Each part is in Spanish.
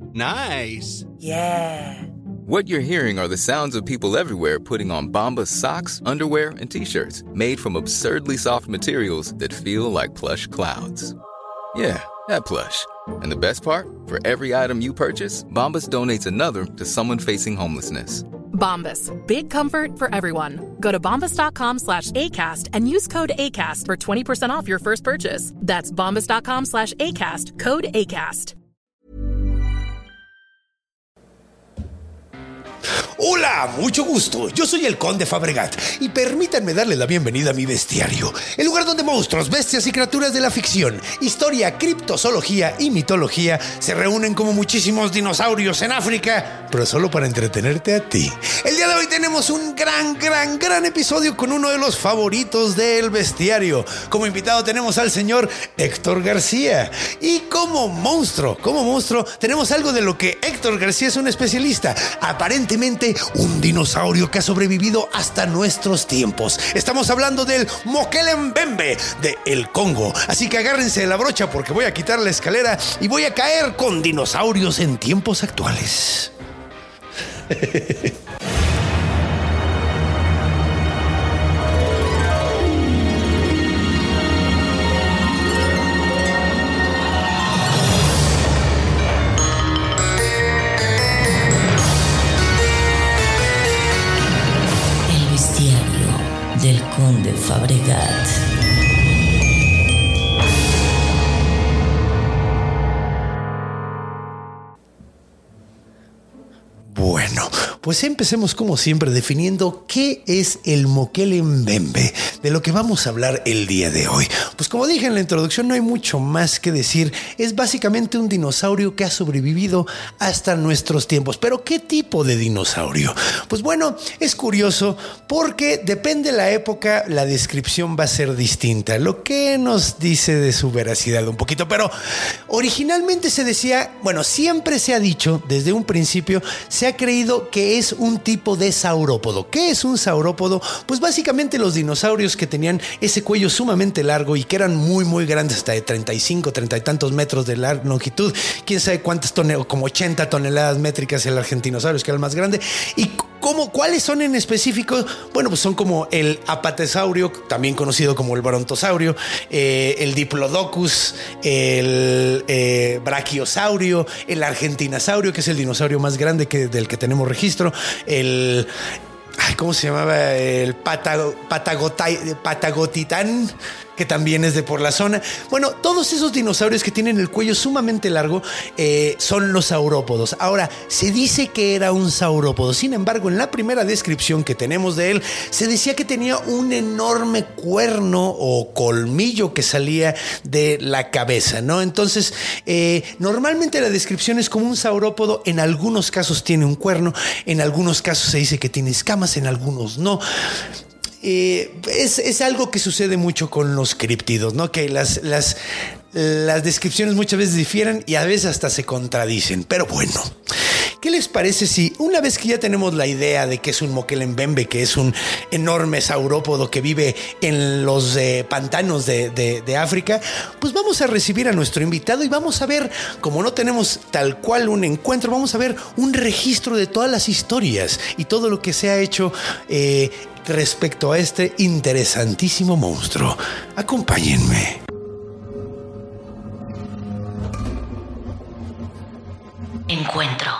Nice. Yeah. What you're hearing are the sounds of people everywhere putting on Bombas socks, underwear, and T-shirts made from absurdly soft materials that feel like plush clouds. Yeah, that plush. And the best part? For every item you purchase, Bombas donates another to someone facing homelessness. Bombas. Big comfort for everyone. Go to bombas.com/ACAST and use code ACAST for 20% off your first purchase. That's bombas.com/ACAST. Code ACAST. Hola, mucho gusto. Yo soy el Conde Fabregat y permítanme darle la bienvenida a mi bestiario, el lugar donde monstruos, bestias y criaturas de la ficción, historia, criptozoología y mitología se reúnen como muchísimos dinosaurios en África, pero solo para entretenerte a ti. El día de hoy tenemos un gran episodio con uno de los favoritos del bestiario. Como invitado tenemos al señor Héctor García y como monstruo tenemos algo de lo que Héctor García es un especialista. Aparentemente un dinosaurio que ha sobrevivido hasta nuestros tiempos. Estamos hablando del Mokele Mbembe de El Congo. Así que agárrense de la brocha porque voy a quitar la escalera y voy a caer con dinosaurios en tiempos actuales. Del Conde Fabregat. Bueno, pues empecemos como siempre definiendo qué es el Mokele Mbembe, de lo que vamos a hablar el día de hoy. Pues como dije en la introducción, no hay mucho más que decir. Es básicamente un dinosaurio que ha sobrevivido hasta nuestros tiempos. ¿Pero qué tipo de dinosaurio? Pues bueno, es curioso porque depende de la época, la descripción va a ser distinta, lo que nos dice de su veracidad un poquito. Pero originalmente se decía, bueno, siempre se ha dicho desde un principio, se ha creído que es un tipo de saurópodo. ¿Qué es un saurópodo? Pues básicamente los dinosaurios que tenían ese cuello sumamente largo y que eran muy grandes, hasta de 35, 30 y tantos metros de longitud. Quién sabe cuántas toneladas, como 80 toneladas métricas el argentinosaurus, que era el más grande. Y ¿cuáles son en específico? Bueno, pues son como el apatesaurio, también conocido como el brontosaurio, el diplodocus, el brachiosaurio, el argentinasaurio, que es el dinosaurio más grande del que tenemos registro, ¿cómo se llamaba? El patagotitán, que también es de por la zona. Bueno, todos esos dinosaurios que tienen el cuello sumamente largo son los saurópodos. Ahora, se dice que era un saurópodo. Sin embargo, en la primera descripción que tenemos de él, se decía que tenía un enorme cuerno o colmillo que salía de la cabeza, ¿no? Entonces, normalmente la descripción es como un saurópodo. En algunos casos tiene un cuerno, en algunos casos se dice que tiene escamas, en algunos no. Es algo que sucede mucho con los críptidos, ¿no? Que las descripciones muchas veces difieren y a veces hasta se contradicen. Pero bueno, ¿qué les parece si una vez que ya tenemos la idea de que es un Mokele Mbembe, que es un enorme saurópodo que vive en los pantanos de África, pues vamos a recibir a nuestro invitado y vamos a ver, como no tenemos tal cual un encuentro, vamos a ver un registro de todas las historias y todo lo que se ha hecho respecto a este interesantísimo monstruo. Acompáñenme. Encuentro.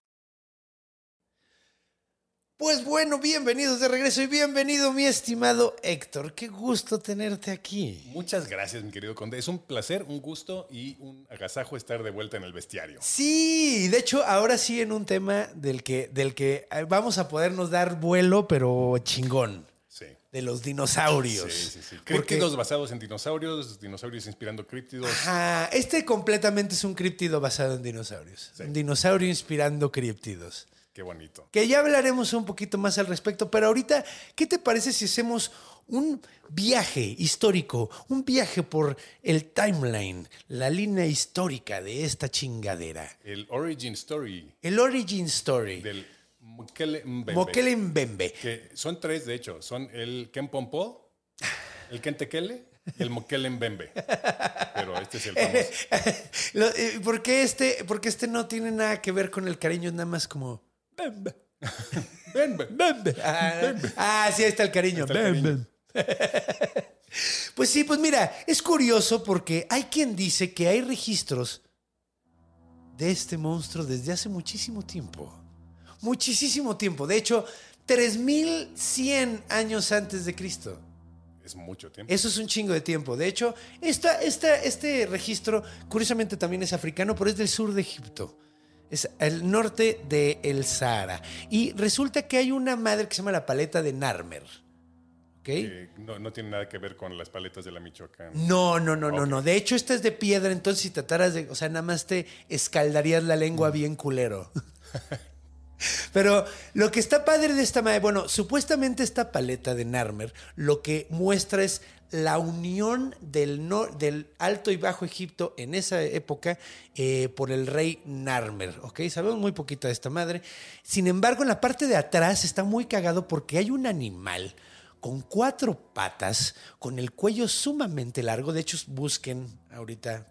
Pues bueno, bienvenidos de regreso y bienvenido mi estimado Héctor. Qué gusto tenerte aquí. Muchas gracias, mi querido Conde. Es un placer, un gusto y un agasajo estar de vuelta en el bestiario. Sí, de hecho, ahora sí en un tema del que vamos a podernos dar vuelo, pero chingón. Sí. De los dinosaurios. Sí. Críptidos basados en dinosaurios, dinosaurios inspirando críptidos. Ajá, completamente es un críptido basado en dinosaurios. Sí. Un dinosaurio inspirando críptidos. Qué bonito. Que ya hablaremos un poquito más al respecto, pero ahorita, ¿qué te parece si hacemos un viaje histórico, un viaje por el timeline, la línea histórica de esta chingadera? El origin story. El origin story. Del Mokele Mbembe. Mokele Mbembe. Que son tres, de hecho. Son el Kempompo, el Kentekele Y el Mokele Mbembe. Pero este es el famoso. ¿Por qué este no tiene nada que ver con el cariño? Es nada más como... Bembe. Mbembe. Sí, ahí está el cariño. Está el cariño. Pues sí, pues mira, es curioso porque hay quien dice que hay registros de este monstruo desde hace muchísimo tiempo. Muchísimo tiempo. De hecho, 3100 años antes de Cristo. Es mucho tiempo. Eso es un chingo de tiempo. De hecho, este registro, curiosamente también es africano, pero es del sur de Egipto. Es el norte del Sahara. Y resulta que hay una madre que se llama la paleta de Narmer. ¿Okay? No tiene nada que ver con las paletas de la Michoacán. No. Ok. De hecho, esta es de piedra, entonces si trataras de... O sea, nada más te escaldarías la lengua bien culero. Pero lo que está padre de esta madre... Bueno, supuestamente esta paleta de Narmer lo que muestra es la unión del Alto y Bajo Egipto en esa época por el rey Narmer. ¿Ok? Sabemos muy poquito de esta madre. Sin embargo, en la parte de atrás está muy cagado porque hay un animal con 4 patas, con el cuello sumamente largo. De hecho, busquen ahorita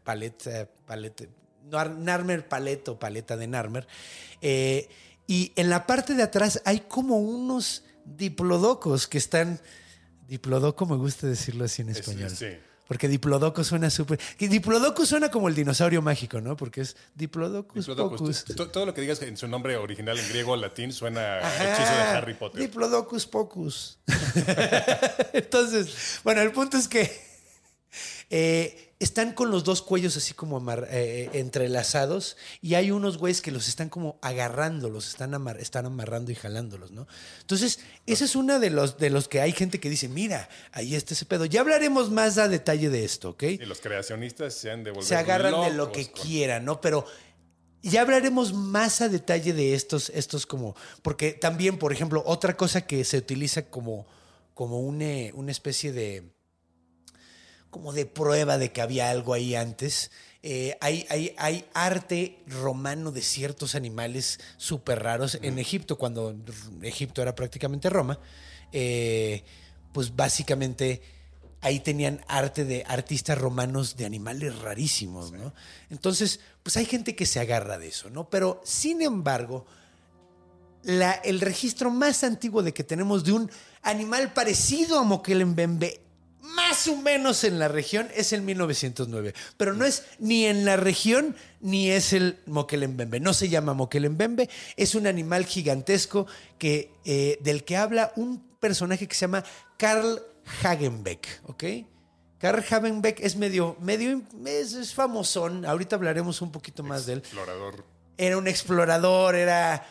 Narmer palet o paleta de Narmer. Y en la parte de atrás hay como unos diplodocos que están... Diplodoco me gusta decirlo así en español. Sí. Porque Diplodocus suena súper... Diplodocus suena como el dinosaurio mágico, ¿no? Porque es Diplodocus pocus. Todo lo que digas en su nombre original en griego o latín suena hechizo de Harry Potter. Diplodocus pocus. Entonces, bueno, el punto es que están con los dos cuellos así como entrelazados y hay unos güeyes que los están como agarrando, están amarrando y jalándolos, ¿no? Entonces, ese es uno de los que hay gente que dice, mira, ahí está ese pedo. Ya hablaremos más a detalle de esto, ¿ok? Y los creacionistas se agarran de lo que quieran, ¿no? Pero ya hablaremos más a detalle de estos como... Porque también, por ejemplo, otra cosa que se utiliza como una especie de... como de prueba de que había algo ahí antes. Hay arte romano de ciertos animales súper raros. En Egipto, cuando Egipto era prácticamente Roma, pues básicamente ahí tenían arte de artistas romanos de animales rarísimos, ¿no? Entonces, pues hay gente que se agarra de eso, ¿no? Pero, sin embargo, el registro más antiguo de que tenemos de un animal parecido a Mokele Mbembe más o menos en la región es el 1909, pero no es ni en la región ni es el Mokele Mbembe. No se llama Mokele Mbembe, es un animal gigantesco del que habla un personaje que se llama Carl Hagenbeck, ¿ok? Carl Hagenbeck es es famosón. Ahorita hablaremos un poquito más de él. Explorador. Era un explorador, era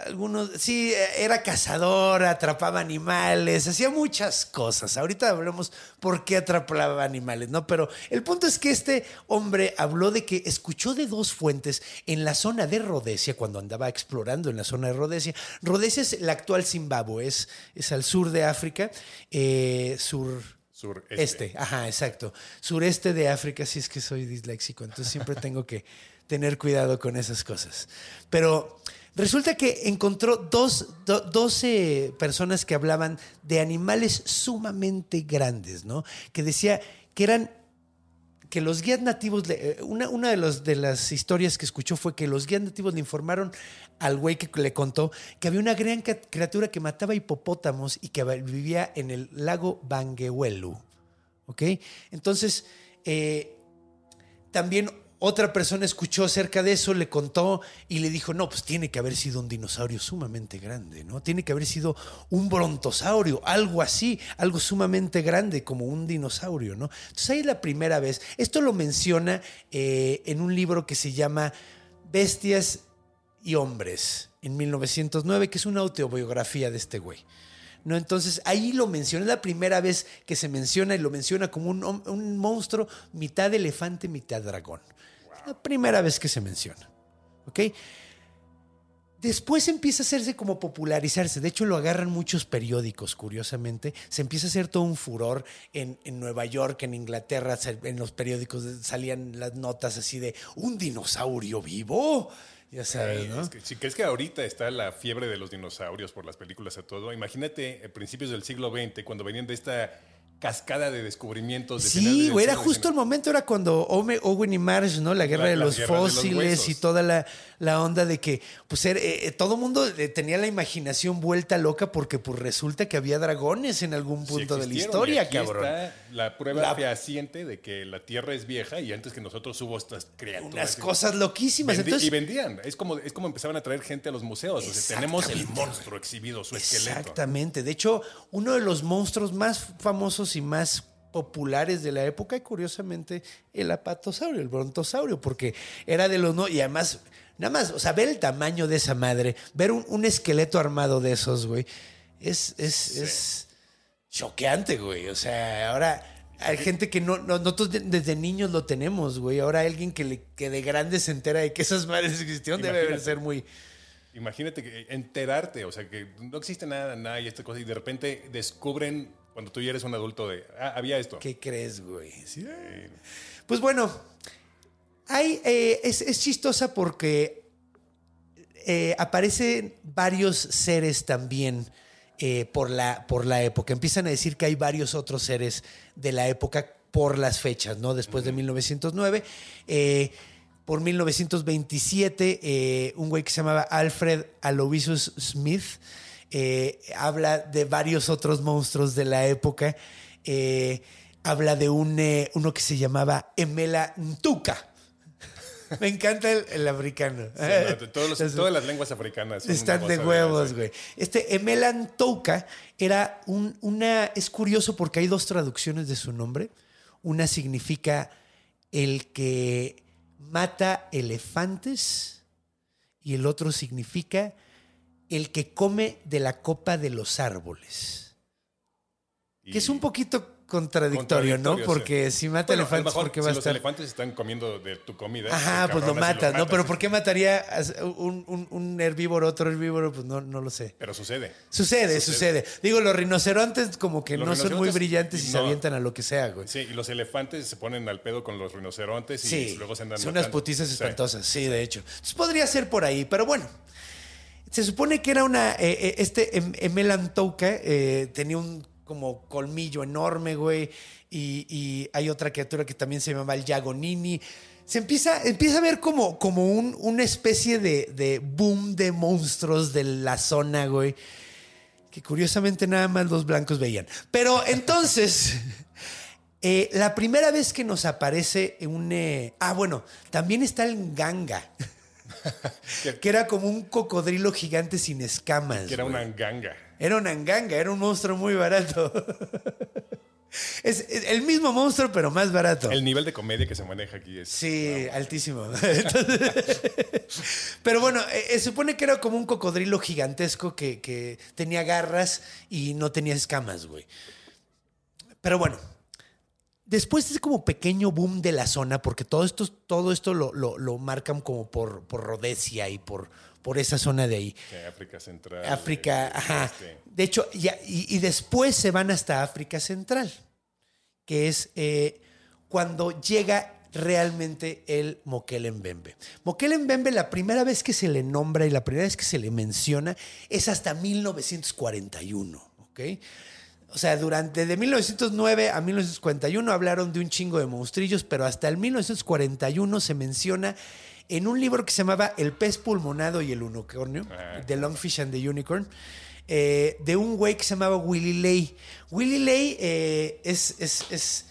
cazador, atrapaba animales, hacía muchas cosas. Ahorita hablemos por qué atrapaba animales, ¿no? Pero el punto es que este hombre habló de que escuchó de 2 fuentes en la zona de Rodesia, cuando andaba explorando en la zona de Rodesia. Rodesia es la actual Zimbabue, es al sur de África, sureste. Ajá, exacto. Sureste de África, si es que soy disléxico, entonces siempre tengo que tener cuidado con esas cosas. Pero resulta que encontró 12 personas que hablaban de animales sumamente grandes, ¿no? Que decía que los guías nativos, una de las historias que escuchó fue que los guías nativos le informaron al güey que le contó que había una gran criatura que mataba hipopótamos y que vivía en el lago Bangewelu, ¿ok? Entonces, también otra persona escuchó acerca de eso, le contó y le dijo, no, pues tiene que haber sido un dinosaurio sumamente grande, ¿no? Tiene que haber sido un brontosaurio, algo así, algo sumamente grande como un dinosaurio, ¿no? Entonces ahí es la primera vez. Esto lo menciona en un libro que se llama Bestias y Hombres, en 1909, que es una autobiografía de este güey, ¿no? Entonces ahí lo menciona, es la primera vez que se menciona y lo menciona como un monstruo mitad elefante, mitad dragón. Es la primera vez que se menciona, ¿ok? Después empieza a hacerse como popularizarse. De hecho, lo agarran muchos periódicos, curiosamente. Se empieza a hacer todo un furor en Nueva York, en Inglaterra. En los periódicos salían las notas así de ¿un dinosaurio vivo? Ya sabes, ¿no? Si crees que ahorita está la fiebre de los dinosaurios por las películas y todo, imagínate a principios del siglo XX, cuando venían de esta cascada de descubrimientos. De Sí, güey, era justo el momento, era cuando Owen y Marge, ¿no? La guerra de los fósiles y toda la onda de que, pues, todo el mundo tenía la imaginación vuelta loca porque, pues, resulta que había dragones en algún punto de la historia, cabrón. Está la prueba fehaciente de que la Tierra es vieja y antes que nosotros hubo estas criaturas. Unas cosas loquísimas. Y vendían. Es como empezaban a traer gente a los museos. O sea, tenemos el monstruo exhibido, su esqueleto. Exactamente. De hecho, uno de los monstruos más famosos y más populares de la época, y curiosamente, el apatosaurio, el brontosaurio, porque era de los... Y además, nada más, o sea, ver el tamaño de esa madre, ver un esqueleto armado de esos, güey, es choqueante, güey. O sea, ahora... Hay gente que nosotros desde niños lo tenemos, güey. Ahora alguien que de grande se entera de que esas madres existieron debe ser muy... Imagínate que enterarte, o sea, que no existe nada y esta cosa, y de repente descubren, cuando tú ya eres un adulto, había esto. ¿Qué crees, güey? ¿Sí? Pues bueno, es chistosa porque aparecen varios seres también por la época. Empiezan a decir que hay varios otros seres de la época por las fechas, ¿no? Después de 1909. Por 1927, un güey que se llamaba Alfred Aloysius Smith habla de varios otros monstruos de la época. Habla de uno que se llamaba Emela Ntuka. Me encanta el africano. Sí, todas las lenguas africanas son están de huevos, güey. Emela Ntuka era es curioso porque hay dos traducciones de su nombre. Una significa el que mata elefantes y el otro significa el que come de la copa de los árboles. Que es un poquito contradictorio, ¿no? Porque si mata elefantes, ¿por qué va a estar? Los elefantes están comiendo de tu comida. Ajá, pues lo matas, ¿no? Pero ¿por qué mataría un herbívoro, otro herbívoro? Pues no lo sé. Pero sucede. Sucede. Digo, los rinocerontes como que no son muy brillantes y se avientan a lo que sea, güey. Sí, y los elefantes se ponen al pedo con los rinocerontes y luego se andan son unas putizas espantosas, sí, de hecho. Entonces podría ser por ahí, pero bueno. Se supone que era Emela Ntuka tenía un como colmillo enorme, güey, y hay otra criatura que también se llama el Yagonini. Se empieza a ver como una especie de boom de monstruos de la zona, güey, que curiosamente nada más los blancos veían. Pero entonces, la primera vez que nos aparece bueno, también está el Nganga. Que era como un cocodrilo gigante sin escamas. Que era una nganga. Era una nganga, era un monstruo muy barato. Es el mismo monstruo, pero más barato. El nivel de comedia que se maneja aquí es... Sí, altísimo. Pero bueno, se supone que era como un cocodrilo gigantesco que tenía garras y no tenía escamas, güey. Pero bueno, después de ese como pequeño boom de la zona, porque todo esto lo marcan como por Rhodesia y por esa zona de ahí. África Central. África, ajá. De hecho, y después se van hasta África Central, que es cuando llega realmente el Mokele Mbembe. Mokele Mbembe, la primera vez que se le nombra y la primera vez que se le menciona es hasta 1941, ¿ok? O sea, de 1909 a 1941 hablaron de un chingo de monstrillos, pero hasta el 1941 se menciona en un libro que se llamaba El pez pulmonado y el unicornio, The Lungfish and the Unicorn, de un güey que se llamaba Willy Ley. Willy Ley es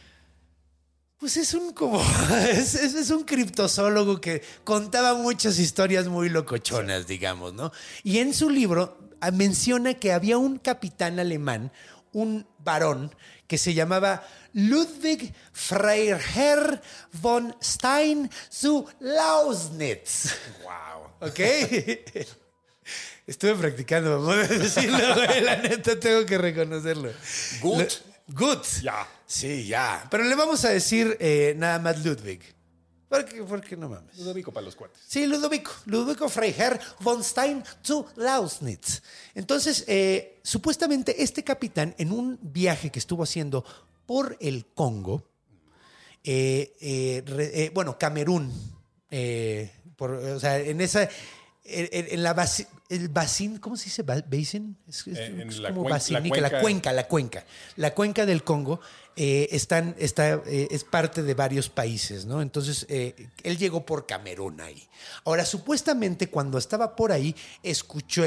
un criptozoólogo que contaba muchas historias muy locochonas, digamos, ¿no? Y en su libro menciona que había un capitán alemán, un varón que se llamaba Ludwig Freiherr von Stein zu Lausnitz. Wow. ¿Ok? Estuve practicando, vamos a decirlo, güey. La neta tengo que reconocerlo. Gut. Ya. Sí, ya. Pero le vamos a decir nada más Ludwig. Porque no mames. Ludovico para los cuates. Sí, Ludovico Freiherr von Stein zu Lausnitz. Entonces, supuestamente este capitán, en un viaje que estuvo haciendo por el Congo, Camerún, o sea, en el basin, ¿cómo se dice? ¿Basin? Es la como cuenca, la cuenca del Congo es parte de varios países, ¿no? Entonces, él llegó por Camerún ahí. Ahora, supuestamente, cuando estaba por ahí, escuchó,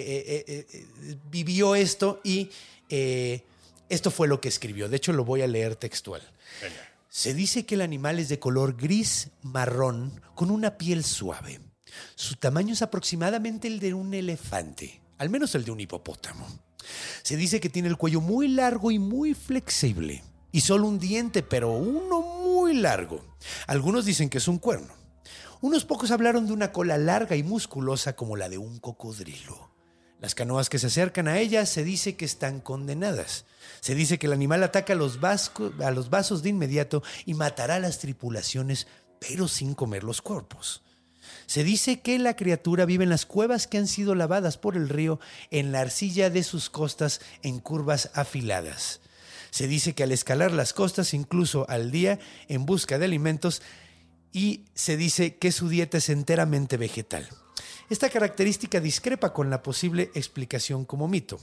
vivió esto y esto fue lo que escribió. De hecho, lo voy a leer textual. Venga. Se dice que el animal es de color gris marrón con una piel suave. Su tamaño es aproximadamente el de un elefante, al menos el de un hipopótamo. Se dice que tiene el cuello muy largo y muy flexible, y solo un diente, pero uno muy largo. Algunos dicen que es un cuerno. Unos pocos hablaron de una cola larga y musculosa como la de un cocodrilo. Las canoas que se acercan a ella se dice que están condenadas. Se dice que el animal ataca a los vasos de inmediato y matará a las tripulaciones, pero sin comer los cuerpos. Se dice que la criatura vive en las cuevas que han sido lavadas por el río, en la arcilla de sus costas en curvas afiladas. Se dice que al escalar las costas, incluso al día, en busca de alimentos, y se dice que su dieta es enteramente vegetal. Esta característica discrepa con la posible explicación como mito.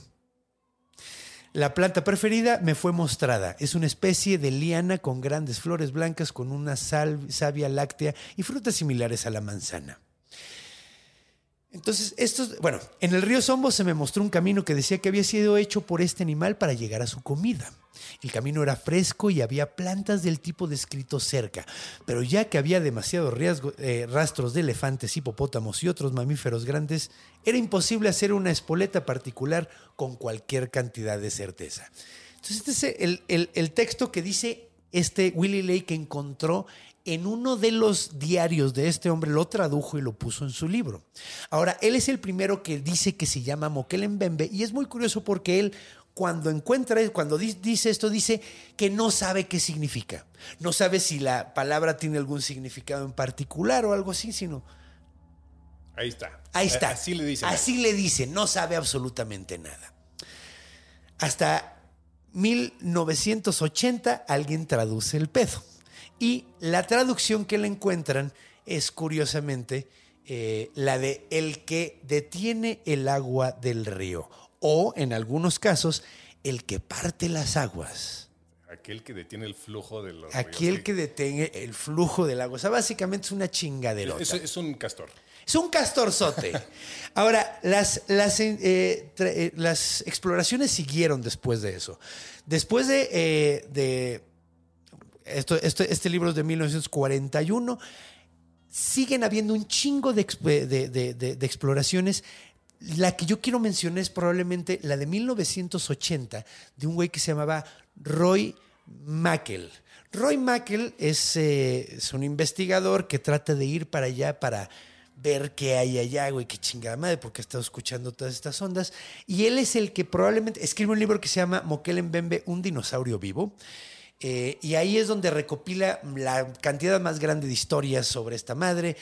La planta preferida me fue mostrada. Es una especie de liana con grandes flores blancas con una savia láctea y frutas similares a la manzana. Entonces, en el río Sombo se me mostró un camino que decía que había sido hecho por este animal para llegar a su comida. El camino era fresco y había plantas del tipo descrito cerca, pero ya que había demasiados rastros de elefantes, hipopótamos y otros mamíferos grandes, era imposible hacer una espoleta particular con cualquier cantidad de certeza. Entonces, este es el texto que dice Willy Ley, que encontró en uno de los diarios de este hombre, lo tradujo y lo puso en su libro. Ahora, él es el primero que dice que se llama Mokele Mbembe, y es muy curioso porque él, cuando dice esto, dice que no sabe qué significa. No sabe si la palabra tiene algún significado en particular o algo así, sino... Ahí está. Así le dice, no sabe absolutamente nada. Hasta 1980 alguien traduce el pedo. Y la traducción que le encuentran es, curiosamente, la de el que detiene el agua del río. O, en algunos casos, el que parte las aguas. Aquel que detiene el flujo de los Aquel ríos. que detiene el flujo del agua. O sea, básicamente es una chingaderota. Es un castor. Es un castorzote. Ahora, las exploraciones siguieron después de eso. Después de este libro es de 1941. Siguen habiendo un chingo de exploraciones. La que yo quiero mencionar es probablemente la de 1980, de un güey que se llamaba Roy Mackal. Roy Mackal es un investigador que trata de ir para allá para ver qué hay allá, güey, qué chingada madre, porque he estado escuchando todas estas ondas. Y él es el que probablemente escribe un libro que se llama Mokele Mbembe, un dinosaurio vivo. Y ahí es donde recopila la cantidad más grande de historias sobre esta madre,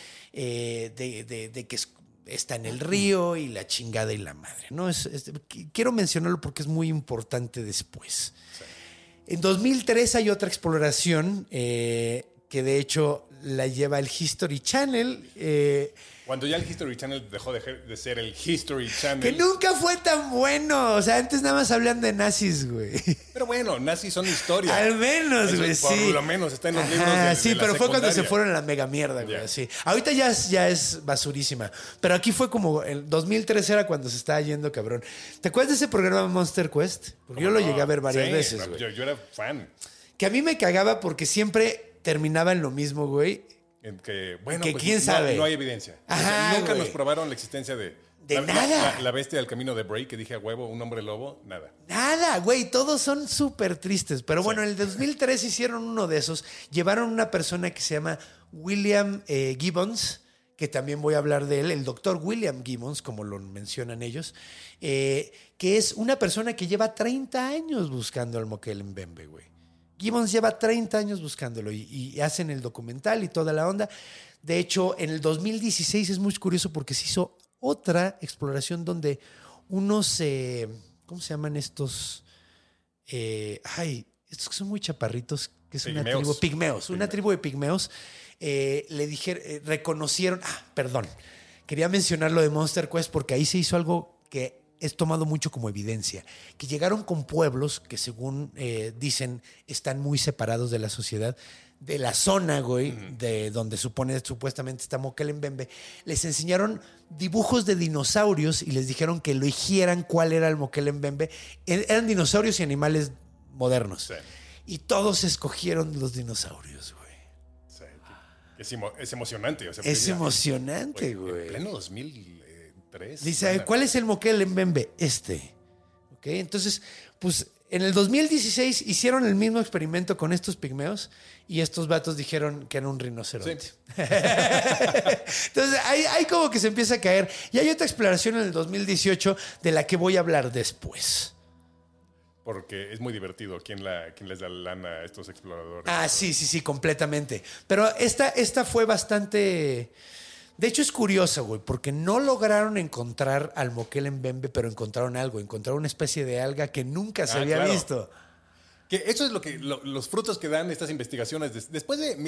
de que está en el río y la chingada y la madre, ¿no? Quiero mencionarlo porque es muy importante después. Sí. En 2003 hay otra exploración que de hecho la lleva el History Channel. Cuando ya el History Channel dejó de ser el History Channel. Que nunca fue tan bueno. O sea, antes nada más hablan de nazis, güey. Pero bueno, nazis son historia. Al menos, güey, sí. Por lo menos está en los libros de sí, la pero fue cuando secundaria. se fueron a la mega mierda, güey. Yeah. Sí. Ahorita ya es basurísima. Pero aquí fue como el 2003 era cuando se estaba yendo, cabrón. ¿Te acuerdas de ese programa Monster Quest? Porque yo lo llegué a ver varias veces, güey. Yo era fan. Que a mí me cagaba porque siempre terminaba en lo mismo, güey. Que quién sabe. No hay evidencia. Ajá, nunca güey. nos probaron la existencia de nada. La bestia del camino de Bray, que dije a huevo, un hombre lobo, nada. Nada, güey, todos son súper tristes. Pero bueno, en el 2003 hicieron uno de esos. Llevaron una persona que se llama William Gibbons, que también voy a hablar de él, el doctor William Gibbons, como lo mencionan ellos, que es una persona que lleva 30 años buscando al Mokele Mbembe, güey. Gibbons lleva 30 años buscándolo y hacen el documental y toda la onda. De hecho, en el 2016 es muy curioso porque se hizo otra exploración donde unos, ¿cómo se llaman estos? Estos que son muy chaparritos, que es una tribu, pigmeos, una tribu de pigmeos, le dijeron, reconocieron, quería mencionar lo de Monster Quest porque ahí se hizo algo que es tomado mucho como evidencia, que llegaron con pueblos que según dicen están muy separados de la sociedad, de la zona, güey, de donde supuestamente está Moquele-Mbembe. Les enseñaron dibujos de dinosaurios y les dijeron que eligieran cuál era el Moquele-Mbembe. Eran dinosaurios y animales modernos. Sí. Y todos escogieron los dinosaurios, güey. Sí, es emocionante. O sea, Es emocionante, En güey. pleno 2003. Dice, ¿cuál es el Moquele-Mbembe? ¿Ok? Entonces, pues en el 2016 hicieron el mismo experimento con estos pigmeos y estos vatos dijeron que era un rinoceronte. Sí. Entonces, ahí como que se empieza a caer. Y hay otra exploración en el 2018 de la que voy a hablar después. Porque es muy divertido quién les da lana a estos exploradores. Ah, sí, completamente. Pero esta fue bastante... De hecho, es curioso, güey, porque no lograron encontrar al Moquele-Mbembe, pero encontraron algo. Encontraron una especie de alga que nunca se había visto. Que eso es los frutos que dan estas investigaciones. Después de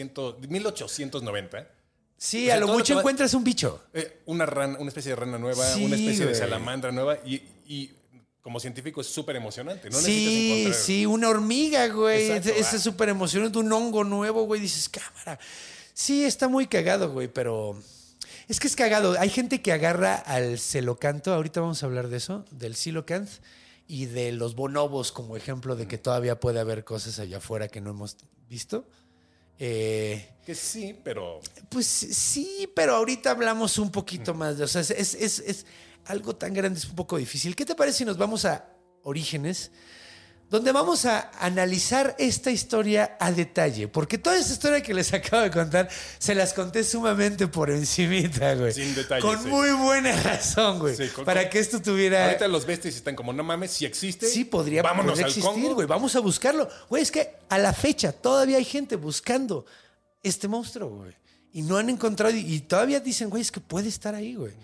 1890. Sí, o sea, a lo todo mucho que va- encuentras un bicho. Una especie de rana nueva, Sí, una especie de güey. salamandra nueva. Y como científico es súper emocionante. No necesitas encontrar... Sí, una hormiga, güey. Exacto, Es súper emocionante, un hongo nuevo, güey. Dices, cámara. Sí, está muy cagado, güey, pero... Es que es cagado. Hay gente que agarra al celocanto, ahorita vamos a hablar de eso, del coelacanth y de los bonobos como ejemplo de que todavía puede haber cosas allá afuera que no hemos visto. Que sí, pero... Pues sí, pero ahorita hablamos un poquito más de... O sea, es algo tan grande, es un poco difícil. ¿Qué te parece si nos vamos a Orígenes? Donde vamos a analizar esta historia a detalle. Porque toda esta historia que les acabo de contar, se las conté sumamente por encimita, güey. Sin detalle, Con sí. muy buena razón, güey. Sí, para que esto tuviera... Ahorita los bestias están como, no mames, si existe. Sí, podría vámonos al existir, Congo. güey. Vamos a buscarlo. Güey, es que a la fecha todavía hay gente buscando este monstruo, güey. Y no han encontrado... Y todavía dicen, güey, es que puede estar ahí, güey.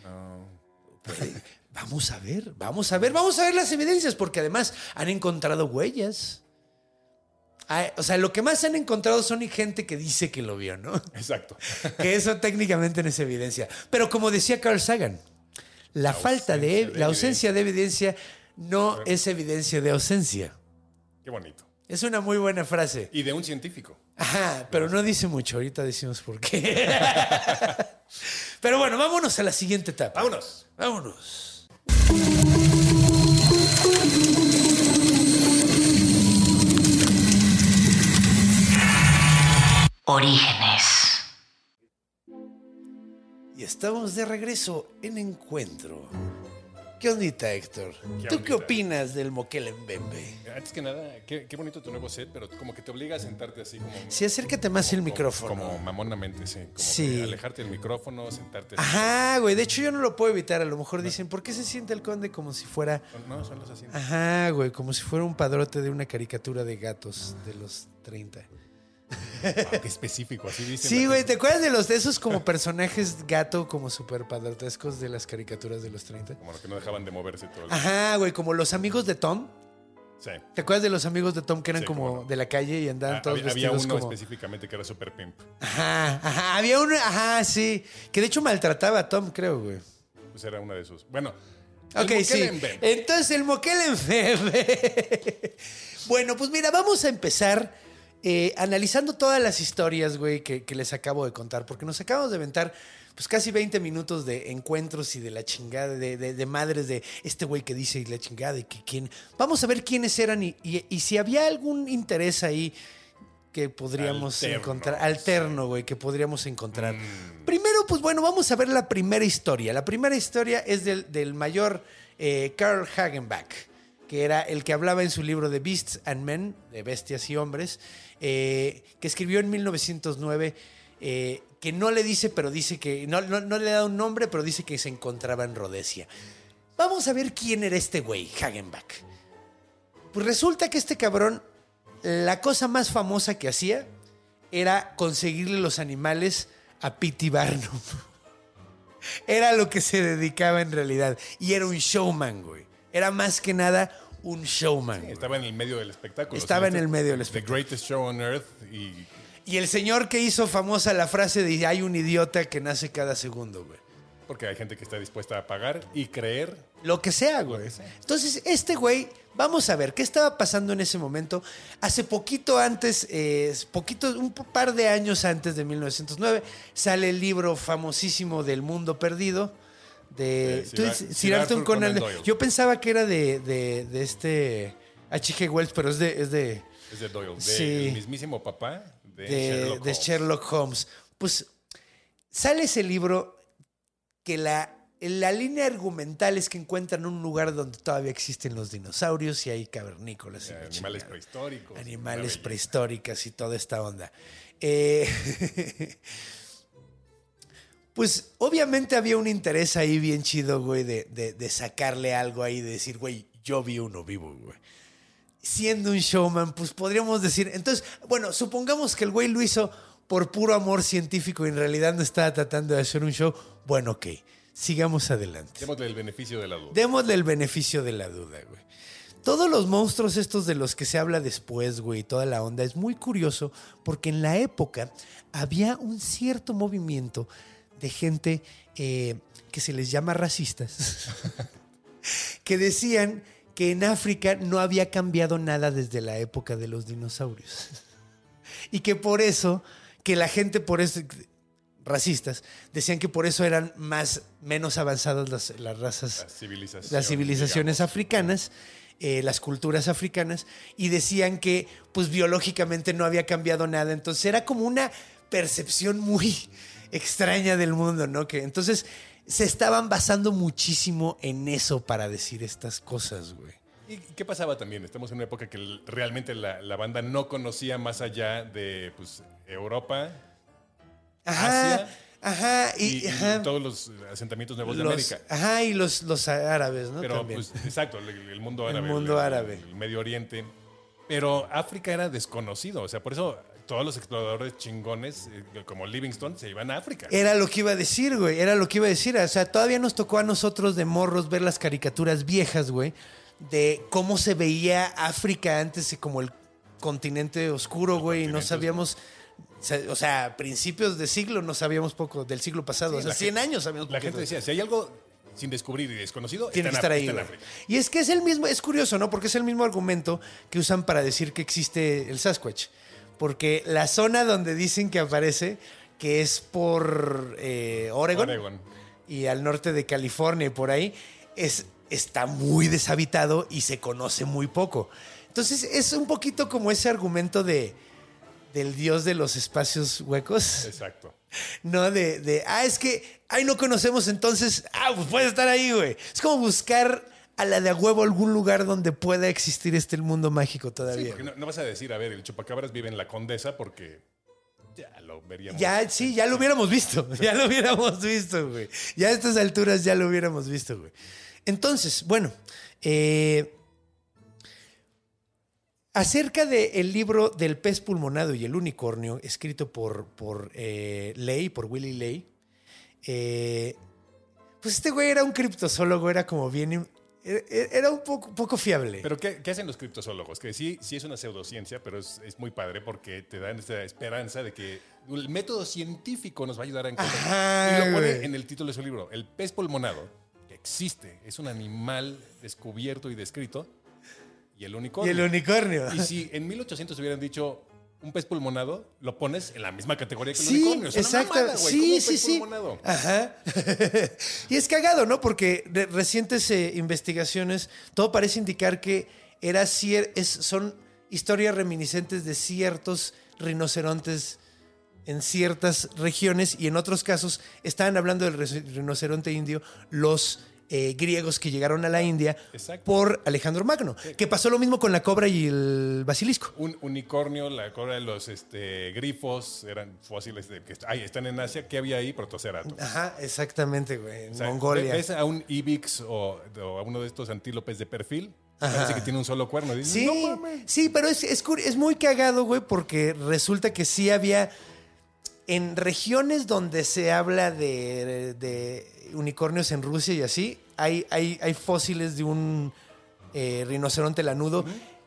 Vamos a ver las evidencias, porque además han encontrado huellas. O sea, lo que más han encontrado son gente que dice que lo vio, ¿no? Exacto. Que eso técnicamente no es evidencia. Pero como decía Carl Sagan, la ausencia de evidencia no es evidencia de ausencia. Qué bonito. Es una muy buena frase. Y de un científico. Ajá, pero no dice mucho. Ahorita decimos por qué. Pero bueno, vámonos a la siguiente etapa. Vámonos. Orígenes. Y estamos de regreso en Encuentro. ¿Qué ondita, Héctor? ¿Tú qué ondita? opinas del Moquele-Mbembe? Antes que nada, qué bonito tu nuevo set, pero como que te obliga a sentarte así como... Sí, acércate más el micrófono. Como mamonamente, sí. Como Sí. que alejarte del micrófono, sentarte así. Ajá, güey. De hecho, yo no lo puedo evitar. A lo mejor dicen, ¿por qué se siente el conde como si fuera... No, son los asientos. Ajá, güey. Como si fuera un padrote de una caricatura de gatos de los 30. Qué específico, así dicen. Sí, güey. ¿Te acuerdas de esos como personajes gato como súper padrotescos de las caricaturas de los 30? Como los que no dejaban de moverse todo el Ajá, güey. Como los amigos de Tom. Sí. ¿Te acuerdas de los amigos de Tom que eran Sí, como cómo no. de la calle y andaban todos Había vestidos uno como... específicamente que era super pimp. Ajá. Había uno, sí. Que de hecho maltrataba a Tom, creo, güey. Pues era uno de esos. Bueno. Ok, sí. Entonces, el Moquele-Mbembe. Bueno, pues mira, vamos a empezar analizando todas las historias, güey, que les acabo de contar. Porque nos acabamos de aventar pues casi 20 minutos de encuentros y de la chingada, de madres de este güey que dice y la chingada y que quién... Vamos a ver quiénes eran y si había algún interés ahí que podríamos encontrar. Alterno, güey, que podríamos encontrar. Primero, pues bueno, vamos a ver la primera historia. La primera historia es del mayor Carl Hagenbach, que era el que hablaba en su libro de Beasts and Men, de Bestias y Hombres, que escribió en 1909, que no le dice, pero dice que... No le da un nombre, pero dice que se encontraba en Rhodesia. Vamos a ver quién era este güey, Hagenbach. Pues resulta que este cabrón, la cosa más famosa que hacía era conseguirle los animales a P.T. Barnum. Era lo que se dedicaba en realidad. Y era un showman, güey. Era más que nada un showman. Sí, estaba en el medio del espectáculo. Estaba en el medio del The greatest show on earth. Y el señor que hizo famosa la frase de hay un idiota que nace cada segundo, güey. Porque hay gente que está dispuesta a pagar y creer. Lo que sea, güey. Entonces, este güey, vamos a ver qué estaba pasando en ese momento. Hace poquito antes, un par de años antes de 1909, sale el libro famosísimo del Mundo Perdido de Sir Arthur Conan Doyle. Yo pensaba que era de este H.G. Wells, pero es de Doyle, sí, el mismísimo papá de Sherlock Holmes. Pues sale ese libro que la línea argumental es que encuentran un lugar donde todavía existen los dinosaurios y hay cavernícolas. Animales prehistóricos. Animales prehistóricas y toda esta onda. Pues obviamente había un interés ahí bien chido, güey, de sacarle algo ahí, de decir, güey, yo vi uno vivo, güey. Siendo un showman, pues podríamos decir... Entonces, bueno, supongamos que el güey lo hizo por puro amor científico y en realidad no estaba tratando de hacer un show. Bueno, ok, sigamos adelante. Démosle el beneficio de la duda. Démosle el beneficio de la duda, güey. Todos los monstruos estos de los que se habla después, güey, toda la onda, es muy curioso porque en la época había un cierto movimiento de gente que se les llama racistas, que decían que en África no había cambiado nada desde la época de los dinosaurios. Y que por eso, que la gente por eso, racistas, decían que por eso eran menos avanzadas las razas, las civilizaciones digamos, africanas, las culturas africanas, y decían que pues biológicamente no había cambiado nada. Entonces era como una percepción muy extraña del mundo, ¿no? Que entonces se estaban basando muchísimo en eso para decir estas cosas, güey. ¿Y qué pasaba también? Estamos en una época que realmente la banda no conocía más allá de pues, Europa, Asia y todos los asentamientos nuevos de América. Ajá, y los árabes, ¿no? Pero, también. Pues, exacto, el mundo árabe. El mundo árabe. El Medio Oriente. Pero África era desconocido, o sea, por eso... Todos los exploradores chingones, como Livingstone, se iban a África. Era lo que iba a decir, güey. Era lo que iba a decir. O sea, todavía nos tocó a nosotros de morros ver las caricaturas viejas, güey, de cómo se veía África antes como el continente oscuro, güey. Y no sabíamos... O sea, principios de siglo no sabíamos poco, del siglo pasado. Sí, o sea, 100 años sabíamos poco. La gente decía, si hay algo sin descubrir y desconocido, tiene que estar ahí, güey. Y es que es el mismo... Es curioso, ¿no? Porque es el mismo argumento que usan para decir que existe el Sasquatch. Porque la zona donde dicen que aparece, que es por Oregon y al norte de California y por ahí, está muy deshabitado y se conoce muy poco. Entonces es un poquito como ese argumento del dios de los espacios huecos. Exacto. No es que, no conocemos, entonces, pues puede estar ahí, güey. Es como buscar... a la de a huevo algún lugar donde pueda existir el mundo mágico todavía. Sí, porque no vas a decir, a ver, el chupacabras vive en la Condesa porque ya lo veríamos. Ya lo hubiéramos visto. Ya lo hubiéramos visto, güey. Ya a estas alturas ya lo hubiéramos visto, güey. Entonces, bueno, acerca del libro del pez pulmonado y el unicornio, escrito por Willy Ley, pues este güey era un criptozoólogo, era como bien... Era un poco fiable. Pero ¿qué hacen los criptozoólogos? Que sí es una pseudociencia, pero es muy padre porque te dan esta esperanza de que el método científico nos va a ayudar a encontrar. Y lo pone en el título de su libro. El pez pulmonado, que existe, es un animal descubierto y descrito. Y el unicornio. Y si en 1800 hubieran dicho un pez pulmonado, lo pones en la misma categoría que el unicornio. Es exacto. Una mamada, güey. Sí. Pulmonado? Ajá. Y es cagado, ¿no? Porque de recientes investigaciones, todo parece indicar que son historias reminiscentes de ciertos rinocerontes en ciertas regiones y en otros casos estaban hablando del rinoceronte indio, los griegos que llegaron a la India. Exacto. Por Alejandro Magno, que pasó lo mismo con la cobra y el basilisco. Un unicornio, la cobra, los grifos eran fósiles que están en Asia. ¿Qué había ahí? Protoceratops. Ajá, exactamente, güey. En Mongolia. ¿Ves a un ibix o a uno de estos antílopes de perfil? Parece que tiene un solo cuerno. Dices, no mames. Sí, pero es muy cagado, güey, porque resulta que sí había... En regiones donde se habla de unicornios en Rusia y así, hay fósiles de un rinoceronte lanudo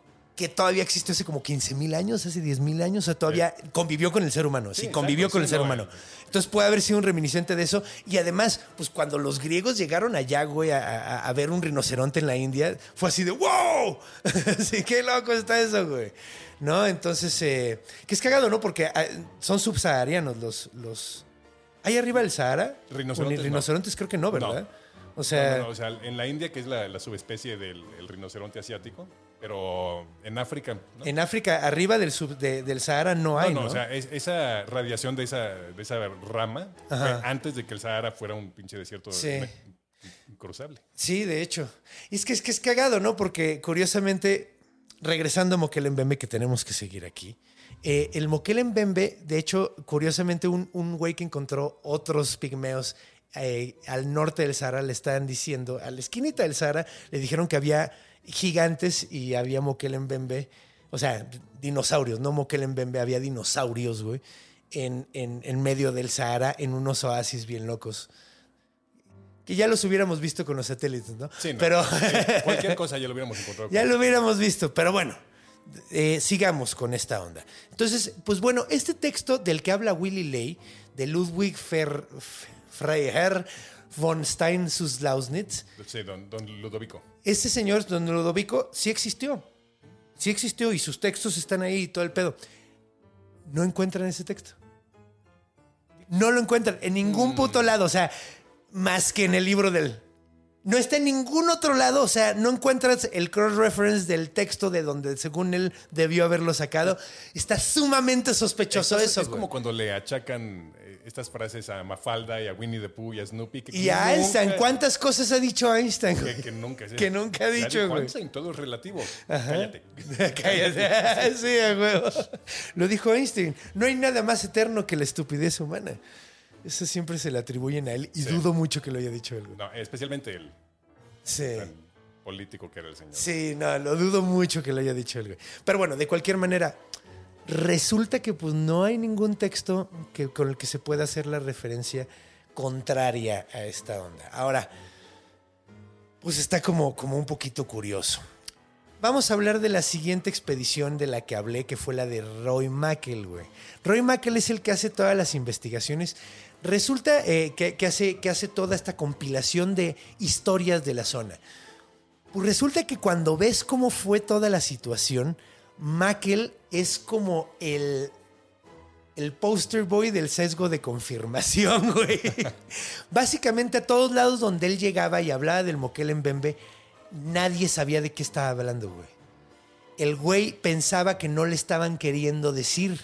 que todavía existió hace como 15,000 años, hace 10,000 años, o sea, todavía convivió con el ser humano, sí, convivió exacto, con el sí, ser no, humano. Entonces puede haber sido un reminiscente de eso. Y además, pues cuando los griegos llegaron allá, güey, a ver un rinoceronte en la India, fue así de ¡wow! Sí, qué loco está eso, güey. ¿No? Entonces, que es cagado, ¿no? Porque son subsaharianos los... ¿Hay arriba del Sahara? Rinocerontes Creo que no, ¿verdad? No. O sea... No, o sea, en la India, que es la subespecie del el rinoceronte asiático, pero en África... ¿no? En África, arriba del Sahara no hay, ¿no? O sea, esa radiación de esa rama fue antes de que el Sahara fuera un pinche desierto incruzable. Sí, de hecho. Y es que es cagado, ¿no? Porque curiosamente, regresando a Mokele Mbembe, que tenemos que seguir aquí, el Mokele Mbembe, de hecho, curiosamente, un güey que encontró otros pigmeos al norte del Sahara le estaban diciendo, a la esquinita del Sahara, le dijeron que había gigantes y había Mokele Mbembe, o sea, dinosaurios, no Mokele Mbembe, había dinosaurios, güey, en medio del Sahara, en unos oasis bien locos. Que ya los hubiéramos visto con los satélites, ¿no? Sí, no. Pero cualquier cosa ya lo hubiéramos encontrado. Ya lo hubiéramos visto, pero bueno, sigamos con esta onda. Entonces, pues bueno, este texto del que habla Willy Ley, de Ludwig Freiherr von Stein-Lausnitz. Sí, don Ludovico. Ese señor, don Ludovico, sí existió. Sí existió y sus textos están ahí y todo el pedo. No encuentran ese texto. No lo encuentran en ningún puto lado, o sea, más que en el libro del... No está en ningún otro lado, o sea, no encuentras el cross-reference del texto de donde según él debió haberlo sacado. Está sumamente sospechoso eso. Es como cuando le achacan estas frases a Mafalda y a Winnie the Pooh y a Snoopy. Y a Einstein, ¿cuántas cosas ha dicho Einstein? Que nunca. Que nunca ha dicho, güey. Einstein, todo es relativo. Ajá. Cállate. Cállate. Sí, a huevo. Lo dijo Einstein. No hay nada más eterno que la estupidez humana. Eso siempre se le atribuyen a él y dudo mucho que lo haya dicho él. No, especialmente el tan político que era el señor. Sí, no, lo dudo mucho que lo haya dicho él, güey. Pero bueno, de cualquier manera, resulta que pues no hay ningún texto con el que se pueda hacer la referencia contraria a esta onda. Ahora, pues está como un poquito curioso. Vamos a hablar de la siguiente expedición de la que hablé, que fue la de Roy Mackal, güey. Roy Mackal es el que hace todas las investigaciones. Resulta que hace toda esta compilación de historias de la zona. Pues resulta que cuando ves cómo fue toda la situación, Mackal es como el poster boy del sesgo de confirmación, güey. Básicamente a todos lados donde él llegaba y hablaba del Mokele Mbembe, nadie sabía de qué estaba hablando, güey. El güey pensaba que no le estaban queriendo decir.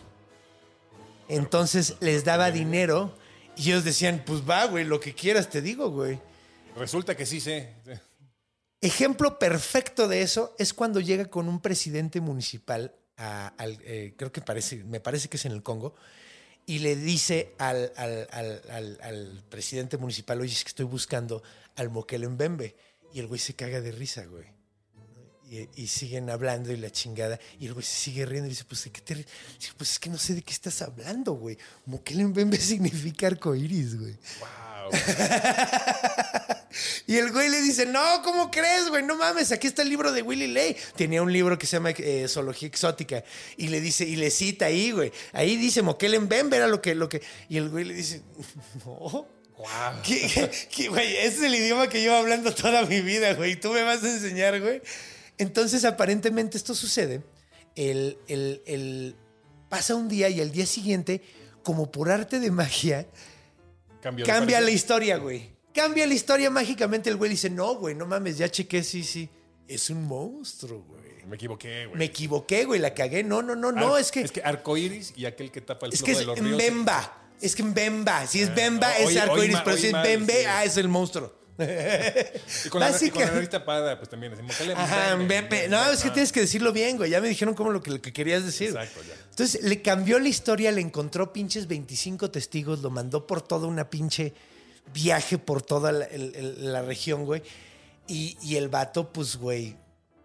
Entonces les daba dinero y ellos decían, pues va, güey, lo que quieras te digo, güey. Resulta que sí sé. Ejemplo perfecto de eso es cuando llega con un presidente municipal, creo que me parece que es en el Congo, y le dice al presidente municipal, oye, es que estoy buscando al Mokele Mbembe. Y el güey se caga de risa, güey. Y siguen hablando y la chingada. Y el güey se sigue riendo y dice, pues, ¿de qué te ríes? Dice, pues es que no sé de qué estás hablando, güey. Mokele Mbembe significa arcoíris, güey. Wow. Y el güey le dice, no, ¿cómo crees, güey? No mames, aquí está el libro de Willy Ley. Tenía un libro que se llama Zoología Exótica. Y le dice, y le cita ahí, güey. Ahí dice Mokele Mbembe era lo que... Y el güey le dice, no... Wow. Güey, ese es el idioma que llevo hablando toda mi vida, güey. Tú me vas a enseñar, güey. Entonces, aparentemente, esto sucede. Pasa un día y al día siguiente, como por arte de magia, cambia la historia, güey. Cambia la historia mágicamente. El güey dice, no, güey, no mames, ya chequé, sí. Es un monstruo, güey. Me equivoqué, güey. Me equivoqué, güey, la cagué. No, es que... Es que arcoíris y aquel que tapa el es flujo que de los es ríos. Mbemba. Es que Mbemba. Si es Mbemba, es arcoíris. Pero si es Mbembe, es el monstruo. Y con la nariz tapada, pues también. Ajá, Mbembe. No, es que tienes que decirlo bien, güey. Ya me dijeron como lo que querías decir. Exacto, ya. Entonces, le cambió la historia, le encontró pinches 25 testigos, lo mandó por toda una pinche viaje por toda la región, güey. Y el vato, pues, güey...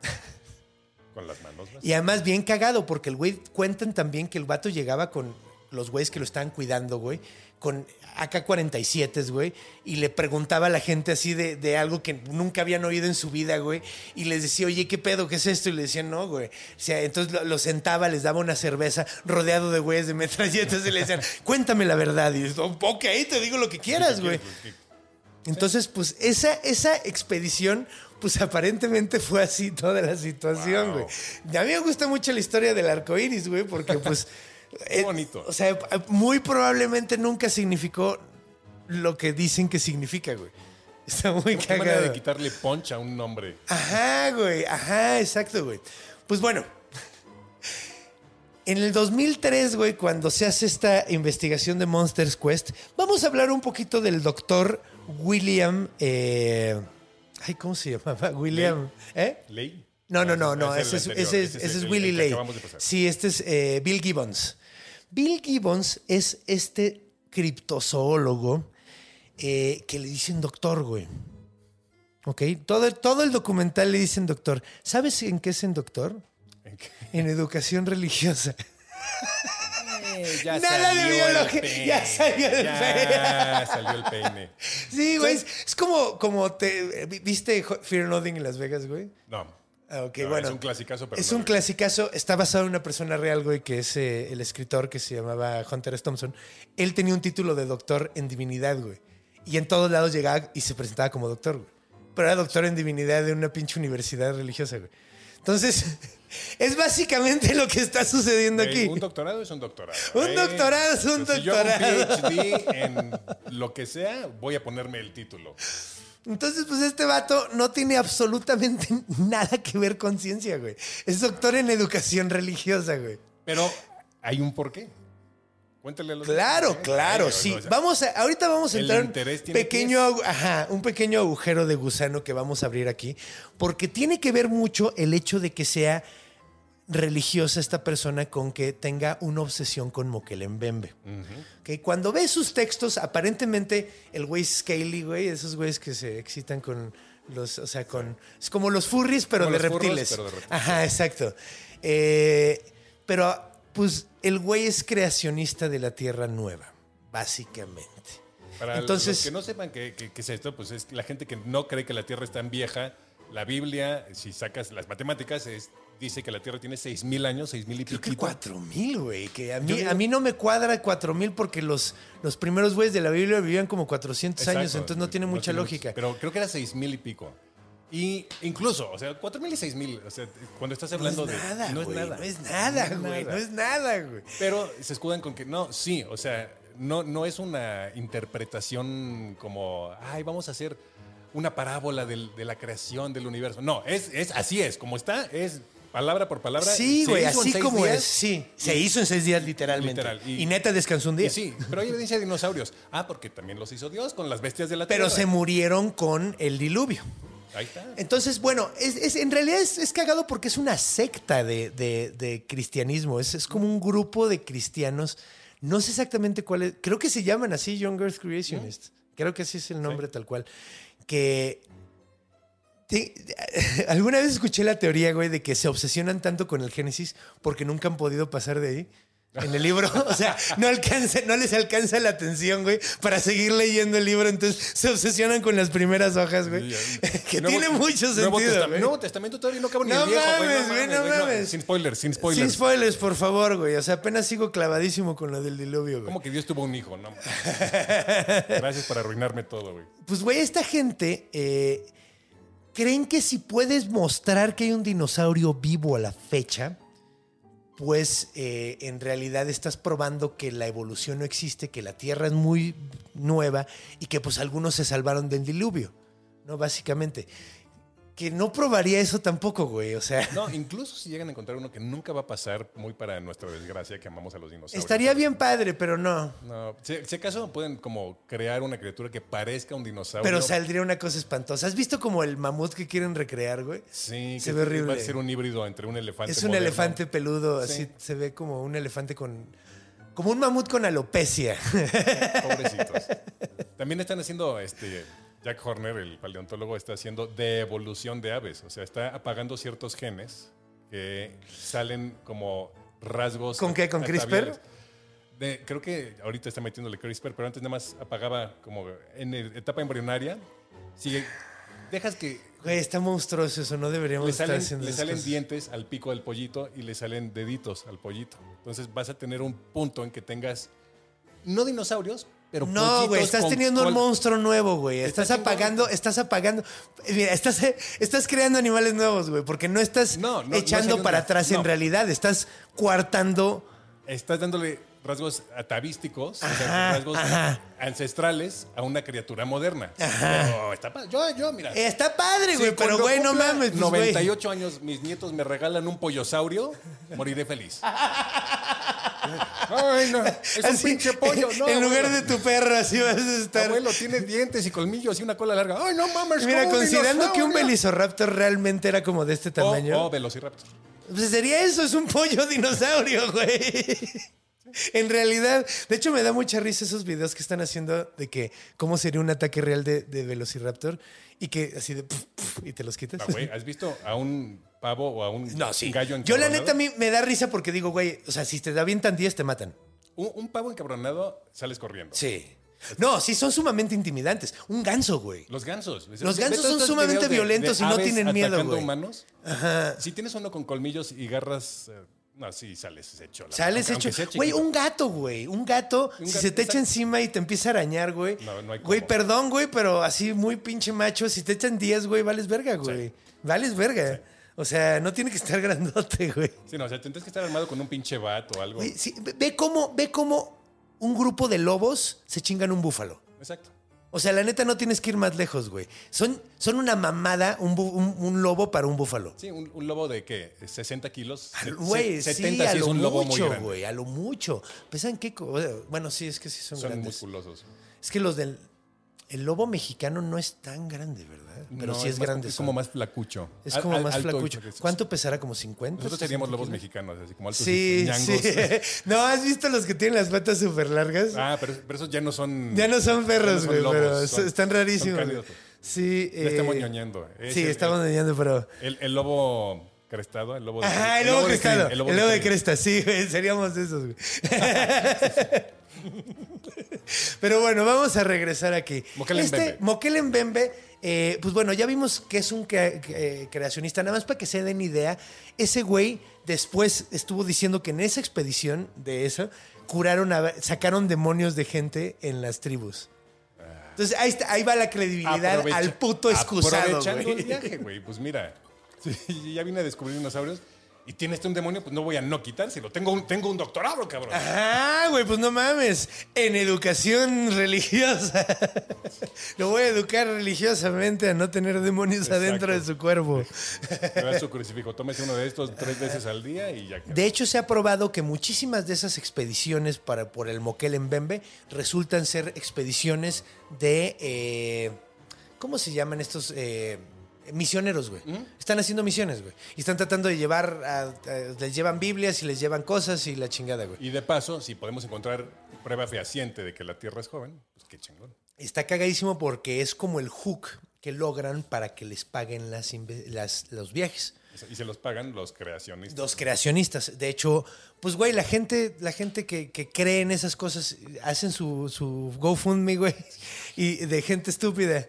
Con las manos. ¿no? Y además bien cagado, porque el güey cuentan también que el vato llegaba con los güeyes que lo estaban cuidando, güey, con AK-47, güey, y le preguntaba a la gente así de algo que nunca habían oído en su vida, güey, y les decía, oye, ¿qué pedo? ¿Qué es esto? Y le decían, no, güey. O sea, entonces lo sentaba, les daba una cerveza rodeado de güeyes de metralletas y le decían, cuéntame la verdad. Y yo, ok, te digo lo que quieras, güey. Entonces, pues, esa expedición, pues, aparentemente fue así toda la situación, güey. A mí me gusta mucho la historia del arco iris, güey, porque, pues... Qué bonito. O sea, muy probablemente nunca significó lo que dicen que significa, güey. Está muy Qué cagado. manera de quitarle punch a un nombre. Ajá, güey. Ajá, exacto, güey. Pues bueno. En el 2003, güey, cuando se hace esta investigación de Monsters Quest, vamos a hablar un poquito del doctor William... Ay, ¿cómo se llamaba? William... ¿Ley? No. Ese es Willy Ley. Sí, este es Bill Gibbons. Bill Gibbons es este criptozoólogo que le dicen doctor, güey. ¿Ok? Todo el documental le dicen doctor. ¿Sabes en qué es en doctor? ¿En qué? En educación religiosa. Ya Nada de salió biología. el peine. Ya salió el peine. Ya salió el peine. Sí, güey. Es como ¿viste Fear and Loathing en Las Vegas, güey? No. Okay, No, bueno, es un clasicazo, pero es no, un clasicazo. Está basado en una persona real, güey, que es el escritor que se llamaba Hunter S. Thompson. Él tenía un título de doctor en divinidad, güey. Y en todos lados llegaba y se presentaba como doctor, güey. Pero era doctor en divinidad de una pinche universidad religiosa, güey. Entonces, es básicamente lo que está sucediendo aquí. Un doctorado es un doctorado. Un doctorado es un doctorado. Si yo un PhD en lo que sea, voy a ponerme el título. Entonces, pues este vato no tiene absolutamente nada que ver con ciencia, güey. Es doctor en educación religiosa, güey. Pero hay un porqué. Cuéntale a los Claro, demás, sí. o sea, Ahorita vamos a el entrar en interés tiene un pequeño agujero de gusano que vamos a abrir aquí, porque tiene que ver mucho el hecho de que sea religiosa esta persona con que tenga una obsesión con Mokele Mbembe. Que cuando ves sus textos, aparentemente el güey Scaly, güey, esos güeyes que se excitan con los, o sea, con... Es como los furries, pero Como de los furros, reptiles. pero de reptiles. Ajá, exacto. Pero, pues, el güey es creacionista de la Tierra Nueva, básicamente. Para Entonces, los que no sepan qué es esto, pues es la gente que no cree que la Tierra es tan vieja. La Biblia, si sacas las matemáticas, dice que la Tierra tiene 6,000 años, 6,000 y creo que piquito. 4,000, güey. Que a Yo mí no me cuadra 4,000 porque los primeros güeyes de la Biblia vivían como 400 años, Exacto. entonces no tiene mucha lógica. Pero creo que era 6,000 y pico. Y incluso, o sea, 4,000 y 6,000, o sea, cuando estás hablando no es nada, no es güey, nada. no es nada, güey. No es nada, güey. Pero se escudan con que no, sí, o sea, no es una interpretación como, ay, vamos a hacer una parábola de la creación del universo. No, es así es, como está, es palabra por palabra. Sí, Se güey, hizo en así 6 como días. es. Sí, se hizo en 6 días literalmente. Literal, Y neta descansó un día. Y sí, pero hay evidencia de dinosaurios. Ah, porque también los hizo Dios con las bestias de la Pero tierra. se murieron con el diluvio. Ahí está. Entonces, bueno, en realidad es cagado porque es una secta de cristianismo. Es como un grupo de cristianos. No sé exactamente cuál es. Creo que se llaman así Young Earth Creationists. Creo que así es el nombre tal cual. Que alguna vez escuché la teoría, güey, de que se obsesionan tanto con el Génesis porque nunca han podido pasar de ahí. En el libro, o sea, no les alcanza la atención, güey, para seguir leyendo el libro, entonces se obsesionan con las primeras hojas, güey. Que tiene mucho sentido, güey. Nuevo Testamento todavía no acabo ni No el viejo, mames, güey, no mames. Sin spoilers. Sin spoilers, por favor, güey. O sea, apenas sigo clavadísimo con lo del diluvio, güey. Como que Dios tuvo un hijo, ¿no? Gracias por arruinarme todo, güey. Pues, güey, esta gente creen que si puedes mostrar que hay un dinosaurio vivo a la fecha, pues en realidad estás probando que la evolución no existe, que la Tierra es muy nueva y que pues algunos se salvaron del diluvio, ¿no? Básicamente. Que no probaría eso tampoco, güey, o sea... No, incluso si llegan a encontrar uno que nunca va a pasar, muy para nuestra desgracia, que amamos a los dinosaurios. Estaría bien padre, pero no. No, si acaso pueden como crear una criatura que parezca un dinosaurio. Pero saldría una cosa espantosa. ¿Has visto como el mamut que quieren recrear, güey? Sí, se que ve horrible. va a ser un híbrido entre un elefante Es un moderno. elefante peludo, Sí. así se ve como un elefante con... Como un mamut con alopecia. Pobrecitos. También están haciendo, Jack Horner, el paleontólogo, está haciendo deevolución de aves. O sea, está apagando ciertos genes que salen como rasgos. ¿Con qué? ¿Con CRISPR? ataviales. Creo que ahorita está metiéndole CRISPR, pero antes nada más apagaba como en etapa embrionaria. Sigue, dejas que Güey, está monstruoso eso, no deberíamos estar haciendo le esas salen cosas. dientes al pico del pollito y le salen deditos al pollito. Entonces vas a tener un punto en que tengas, no dinosaurios, pero No, pollitos güey, estás con teniendo un monstruo nuevo, güey. Está Estás apagando. Mira, estás creando animales nuevos, güey, porque no estás No echando es para segunda. atrás en No. realidad. Estás coartando. Estás dándole rasgos atavísticos, o Ajá, sea, rasgos ajá. ancestrales a una criatura moderna. Ajá. Pero está padre. Yo, mira. Está padre, güey, Sí, pero cuando güey, no cumpla mames. Pues, güey. 98 años, mis nietos me regalan un pollosaurio, moriré feliz. Ay, no, es un Así, pinche pollo. No, en lugar abuelo. de tu perro, así vas a estar. Abuelo, tiene dientes y colmillos y una cola larga. Ay, no mames. Mira, como un considerando que un dinosaurio. velociraptor realmente era como de este tamaño. O velociraptor. Pues sería eso, es un pollo dinosaurio, güey. En realidad, de hecho me da mucha risa esos videos que están haciendo de que cómo sería un ataque real de velociraptor y que así de y te los quitas. Ah, güey, ¿has visto a un pavo o a un No, sí. gallo Yo la encabronado? neta a mí me da risa porque digo, güey, o sea, si te da bien tan 10 te matan. Un pavo encabronado sales corriendo. Sí. No, sí, son sumamente intimidantes. Un ganso, güey. Los gansos. Los gansos Ve todos son estos sumamente videos violentos y no aves tienen miedo, atacando güey. humanos. Ajá. Si tienes uno con colmillos y garras, no, sí, sales hecho. Sales aunque hecho. sea Güey, chiquito. un gato, güey. Un gato, Un si gato, se te echa exacto. encima y te empieza a arañar, güey. No hay cómo. Güey, perdón, güey, pero así muy pinche macho. Si te echan 10, güey, vales verga, güey. Sí. Vales verga. O sea, no tiene que estar grandote, güey. Sí, no, o sea, tendrás que estar armado con un pinche bat o algo. Güey, sí, ve cómo un grupo de lobos se chingan un búfalo. Exacto. O sea, la neta no tienes que ir más lejos, güey. Son una mamada un lobo para un búfalo. Sí, un lobo de ¿qué? 60 kilos. Güey, 70 sí, a sí es lo un lobo muy mucho, grande. güey, a lo mucho. ¿Pesan qué? Bueno, sí, es que sí son Son grandes. musculosos. Es que el lobo mexicano no es tan grande, ¿verdad? Pero No, sí es más- grande. Es como más flacucho. Es como más alto y- flacucho. ¿Cuánto pesará? ¿Como 50? Nosotros seríamos 60 lobos kilos? mexicanos, así como altos Sí, y ñangos. sí. No, ¿has visto los que tienen las patas súper largas? Ah, pero esos ya no son... Ya no son perros, ya no güey, son pero lobos, son- están rarísimos. son cánidos. Sí. Ya estamos ñoñando. Sí, estamos ñoñando, pero... El lobo crestado, el lobo de... Ajá, el lobo crestado. Crin, El lobo de Crin. cresta, sí, güey. Seríamos de esos, güey. Pero bueno, vamos a regresar aquí. Mokele Mbembe. Mokele Mbembe, pues bueno, ya vimos que es un creacionista. Nada más para que se den idea, ese güey después estuvo diciendo que en esa expedición de eso, sacaron demonios de gente en las tribus. Entonces ahí va la credibilidad al puto excusado, Aprovechando el güey. viaje, güey. Pues mira, si ya vine a descubrir dinosaurios y tiene un demonio, pues no voy a no quitárselo. Tengo un doctorado, cabrón. Ah, güey, pues no mames. En educación religiosa. Lo voy a educar religiosamente a no tener demonios Exacto. adentro de su cuerpo. Me da su crucifijo. Tómese uno de estos 3 veces al día y ya quedó. De hecho, se ha probado que muchísimas de esas expediciones por el Mokele Mbembe resultan ser expediciones de... ¿cómo se llaman estos? Misioneros, güey. Están haciendo misiones, güey. Y están tratando de les llevan Biblias y les llevan cosas y la chingada, güey. Y de paso, si podemos encontrar prueba fehaciente de que la Tierra es joven, pues qué chingón. Está cagadísimo porque es como el hook que logran para que les paguen los viajes. Y se los pagan los creacionistas. Los creacionistas. De hecho, pues, güey, la gente que cree en esas cosas hacen su GoFundMe, güey. Y de gente estúpida.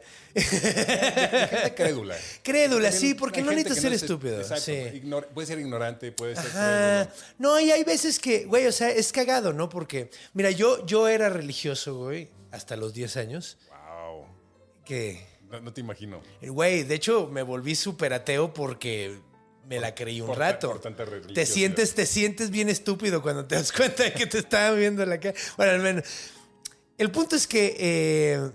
Gente crédula. Crédula, También sí, porque hay no gente necesitas que ser estúpido. Exacto. Sí. Puede ser ignorante, puede ser Ajá. crédulo. No, y hay veces que, güey, o sea, es cagado, ¿no? Porque, mira, yo era religioso, güey, hasta los 10 años. Wow. Que, No te imagino. güey, de hecho, me volví súper ateo porque me la creí un rato. por tanta religiosidad. Te sientes bien estúpido cuando te das cuenta de que te estaban viendo la cara. Bueno, al menos. El punto es que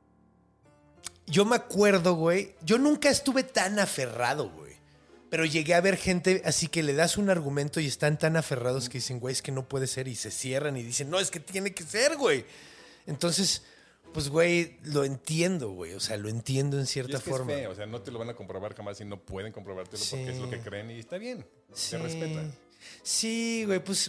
yo me acuerdo, güey, yo nunca estuve tan aferrado, güey. Pero llegué a ver gente así que le das un argumento y están tan aferrados que dicen, güey, es que no puede ser. Y se cierran y dicen, no, es que tiene que ser, güey. Entonces, pues, güey, lo entiendo, güey. O sea, lo entiendo en Y cierta es que forma. es feo, o sea, no te lo van a comprobar jamás y no pueden comprobártelo porque es lo que creen y está bien. Se respeta. Sí, güey, pues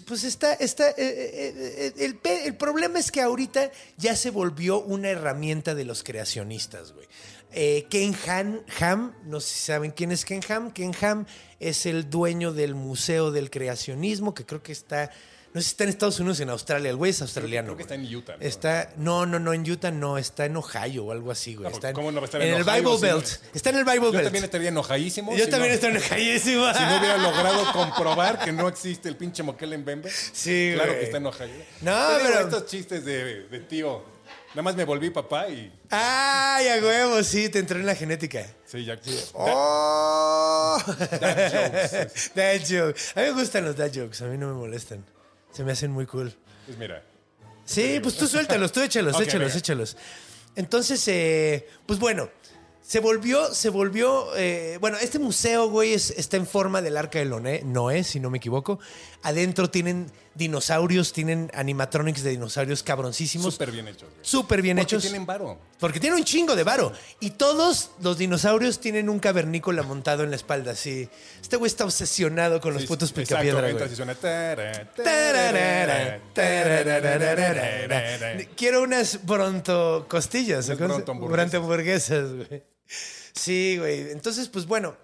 el problema es que ahorita ya se volvió una herramienta de los creacionistas, güey. Ken Ham, no sé si saben quién es Ken Ham. Ken Ham es el dueño del Museo del Creacionismo, que creo que está No sé si está en Estados Unidos o en Australia. El güey es australiano. Creo que está en Utah. ¿No? Está, no, en Utah no. Está en Ohio o algo así, güey. No, Está ¿cómo no va a estar en el Ohio, Bible señor? Belt. Está en el Bible Yo Belt. también estaría enojadísimo. Yo también estoy enojadísimo. Si no hubiera logrado comprobar que no existe el pinche Moquel en Bembe. Sí, Claro güey. que está en Ohio. No, Te digo, pero- estos chistes de tío. Nada más me volví papá y... ¡Ay, a huevo! Sí, te entró en la genética. Sí, ya... ¡Oh! Dad jokes. Dad jokes. A mí me gustan los dad jokes. A mí no me molestan. Se me hacen muy cool. Pues mira. Sí, pues tú suéltalos, tú échalos, Ok, échalos, venga. échalos. Entonces, pues bueno, se volvió, bueno, este museo, güey, está en forma del Arca de Noé, si no me equivoco. Adentro tienen dinosaurios, tienen animatronics de dinosaurios cabroncísimos. Súper bien hechos. güey. Súper bien Porque hechos. tienen varo. Porque tiene un chingo de varo. Y todos los dinosaurios tienen un cavernícola montado en la espalda, sí. Este güey está obsesionado con los Sí, putos exacto, picapiedra, entra güey. y suena tarara, Tararara, tararara. tararara. Quiero unas bronto costillas. Unas ¿o cómo bronto se- hamburguesas. bronto hamburguesas, güey. Sí, güey. Entonces, pues bueno.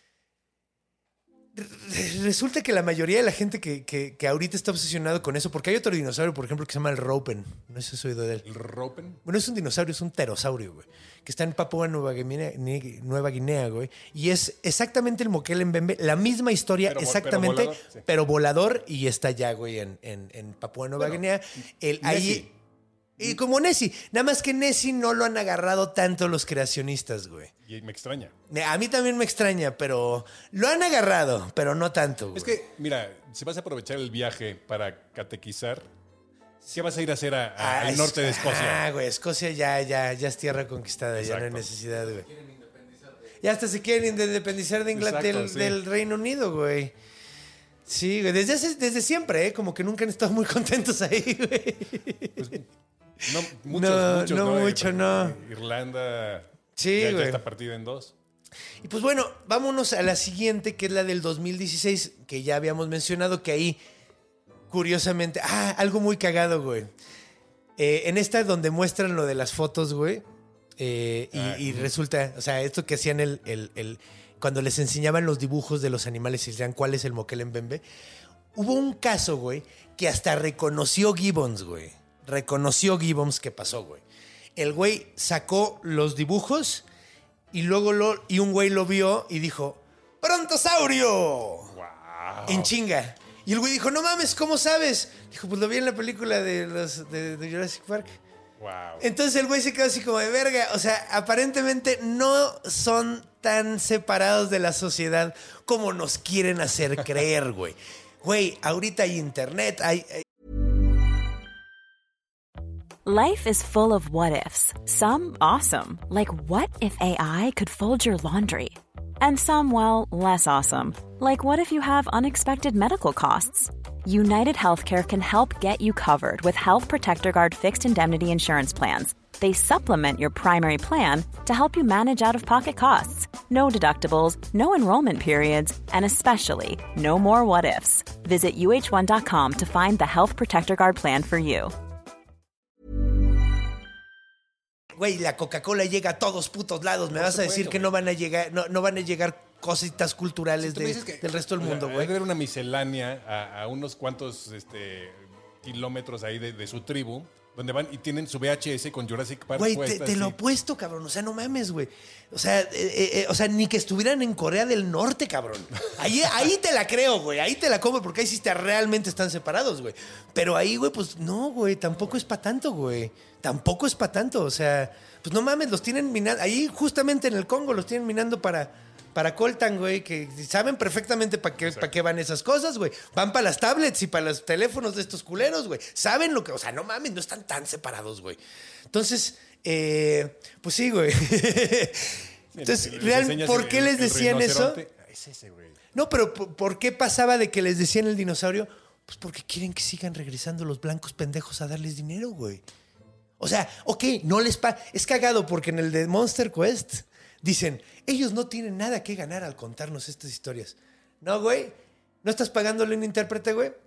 Resulta que la mayoría de la gente que ahorita está obsesionado con eso, porque hay otro dinosaurio, por ejemplo, que se llama el Ropen. No sé si has oído de él. ¿El Ropen? Bueno, es un dinosaurio, es un pterosaurio, güey. Que está en Papúa Nueva Guinea, güey. Y es exactamente el Moquel en Bembe, la misma historia, Pero exactamente, volador, sí. pero volador, y está ya, güey, en Papúa Nueva Guinea. Ahí. Nessie. Y como Nessie. Nada más que Nessie no lo han agarrado tanto los creacionistas, güey. Y me extraña. A mí también me extraña, pero lo han agarrado, pero no tanto, güey. Es que, mira, si vas a aprovechar el viaje para catequizar, ¿qué vas a ir a hacer al norte de Escocia? Ah, güey, Escocia ya es tierra conquistada, ya no hay Exacto. necesidad, güey. Ya hasta se quieren independizar de Exacto, sí. del Reino Unido, güey. Sí, güey, desde siempre, ¿eh? Como que nunca han estado muy contentos ahí, güey. No, No mucho, no. Irlanda Sí, ya güey. está partida en dos. Y pues bueno, vámonos a la siguiente, que es la del 2016, que ya habíamos mencionado, que ahí, curiosamente, algo muy cagado, güey. En esta donde muestran lo de las fotos, güey, y resulta, o sea, esto que hacían cuando les enseñaban los dibujos de los animales y decían cuál es el Moquel en Bembe, hubo un caso, güey, que hasta reconoció Gibbons, güey. Reconoció Gibbons que pasó, güey. El güey sacó los dibujos y luego un güey lo vio y dijo, ¡Brontosaurio! ¡Wow! En chinga. Y el güey dijo, no mames, ¿cómo sabes? Dijo, pues lo vi en la película de Jurassic Park. ¡Wow! Entonces el güey se quedó así como de verga. O sea, aparentemente no son tan separados de la sociedad como nos quieren hacer creer, güey. Güey, ahorita hay internet, hay Life is full of what-ifs. Some awesome, like what if AI could fold your laundry? And some, well, less awesome, like what if you have unexpected medical costs? United Healthcare can help get you covered with Health Protector Guard fixed indemnity insurance plans. They supplement your primary plan to help you manage out-of-pocket costs. No deductibles, no enrollment periods, and especially no more what-ifs. Visit uh1.com to find the Health Protector Guard plan for you. güey, la Coca-Cola llega a todos putos lados. Me vas a decir que no van a llegar, no van a llegar cositas culturales Tú me dices que, del resto del mundo, Hay güey. que ver una miscelánea a unos cuantos kilómetros ahí de su tribu, donde van y tienen su VHS con Jurassic Park. Güey, puesta, te lo así. apuesto, cabrón. O sea, no mames, güey. O sea, ni que estuvieran en Corea del Norte, cabrón. Ahí te la creo, güey. Ahí te la como porque ahí sí realmente están separados, güey. Pero ahí, güey, pues no, güey. Tampoco es para tanto, güey. Tampoco es para tanto. O sea, pues no mames, los tienen minando. Ahí, justamente en el Congo, los tienen minando para Coltan, güey, que saben perfectamente para qué van esas cosas, güey. Van para las tablets y para los teléfonos de estos culeros, güey. Saben lo que... O sea, no mames, no están tan separados, güey. Entonces, pues sí, güey. Entonces, Les real, enseñas ¿por qué les decían eso? rinoceronte. Es ese, güey. No, pero ¿por qué pasaba de que les decían el dinosaurio? Pues porque quieren que sigan regresando los blancos pendejos a darles dinero, güey. O sea, ok, no les es cagado porque en el de Monster Quest dicen, ellos no tienen nada que ganar al contarnos estas historias. No, güey, ¿no estás pagándole un intérprete, güey?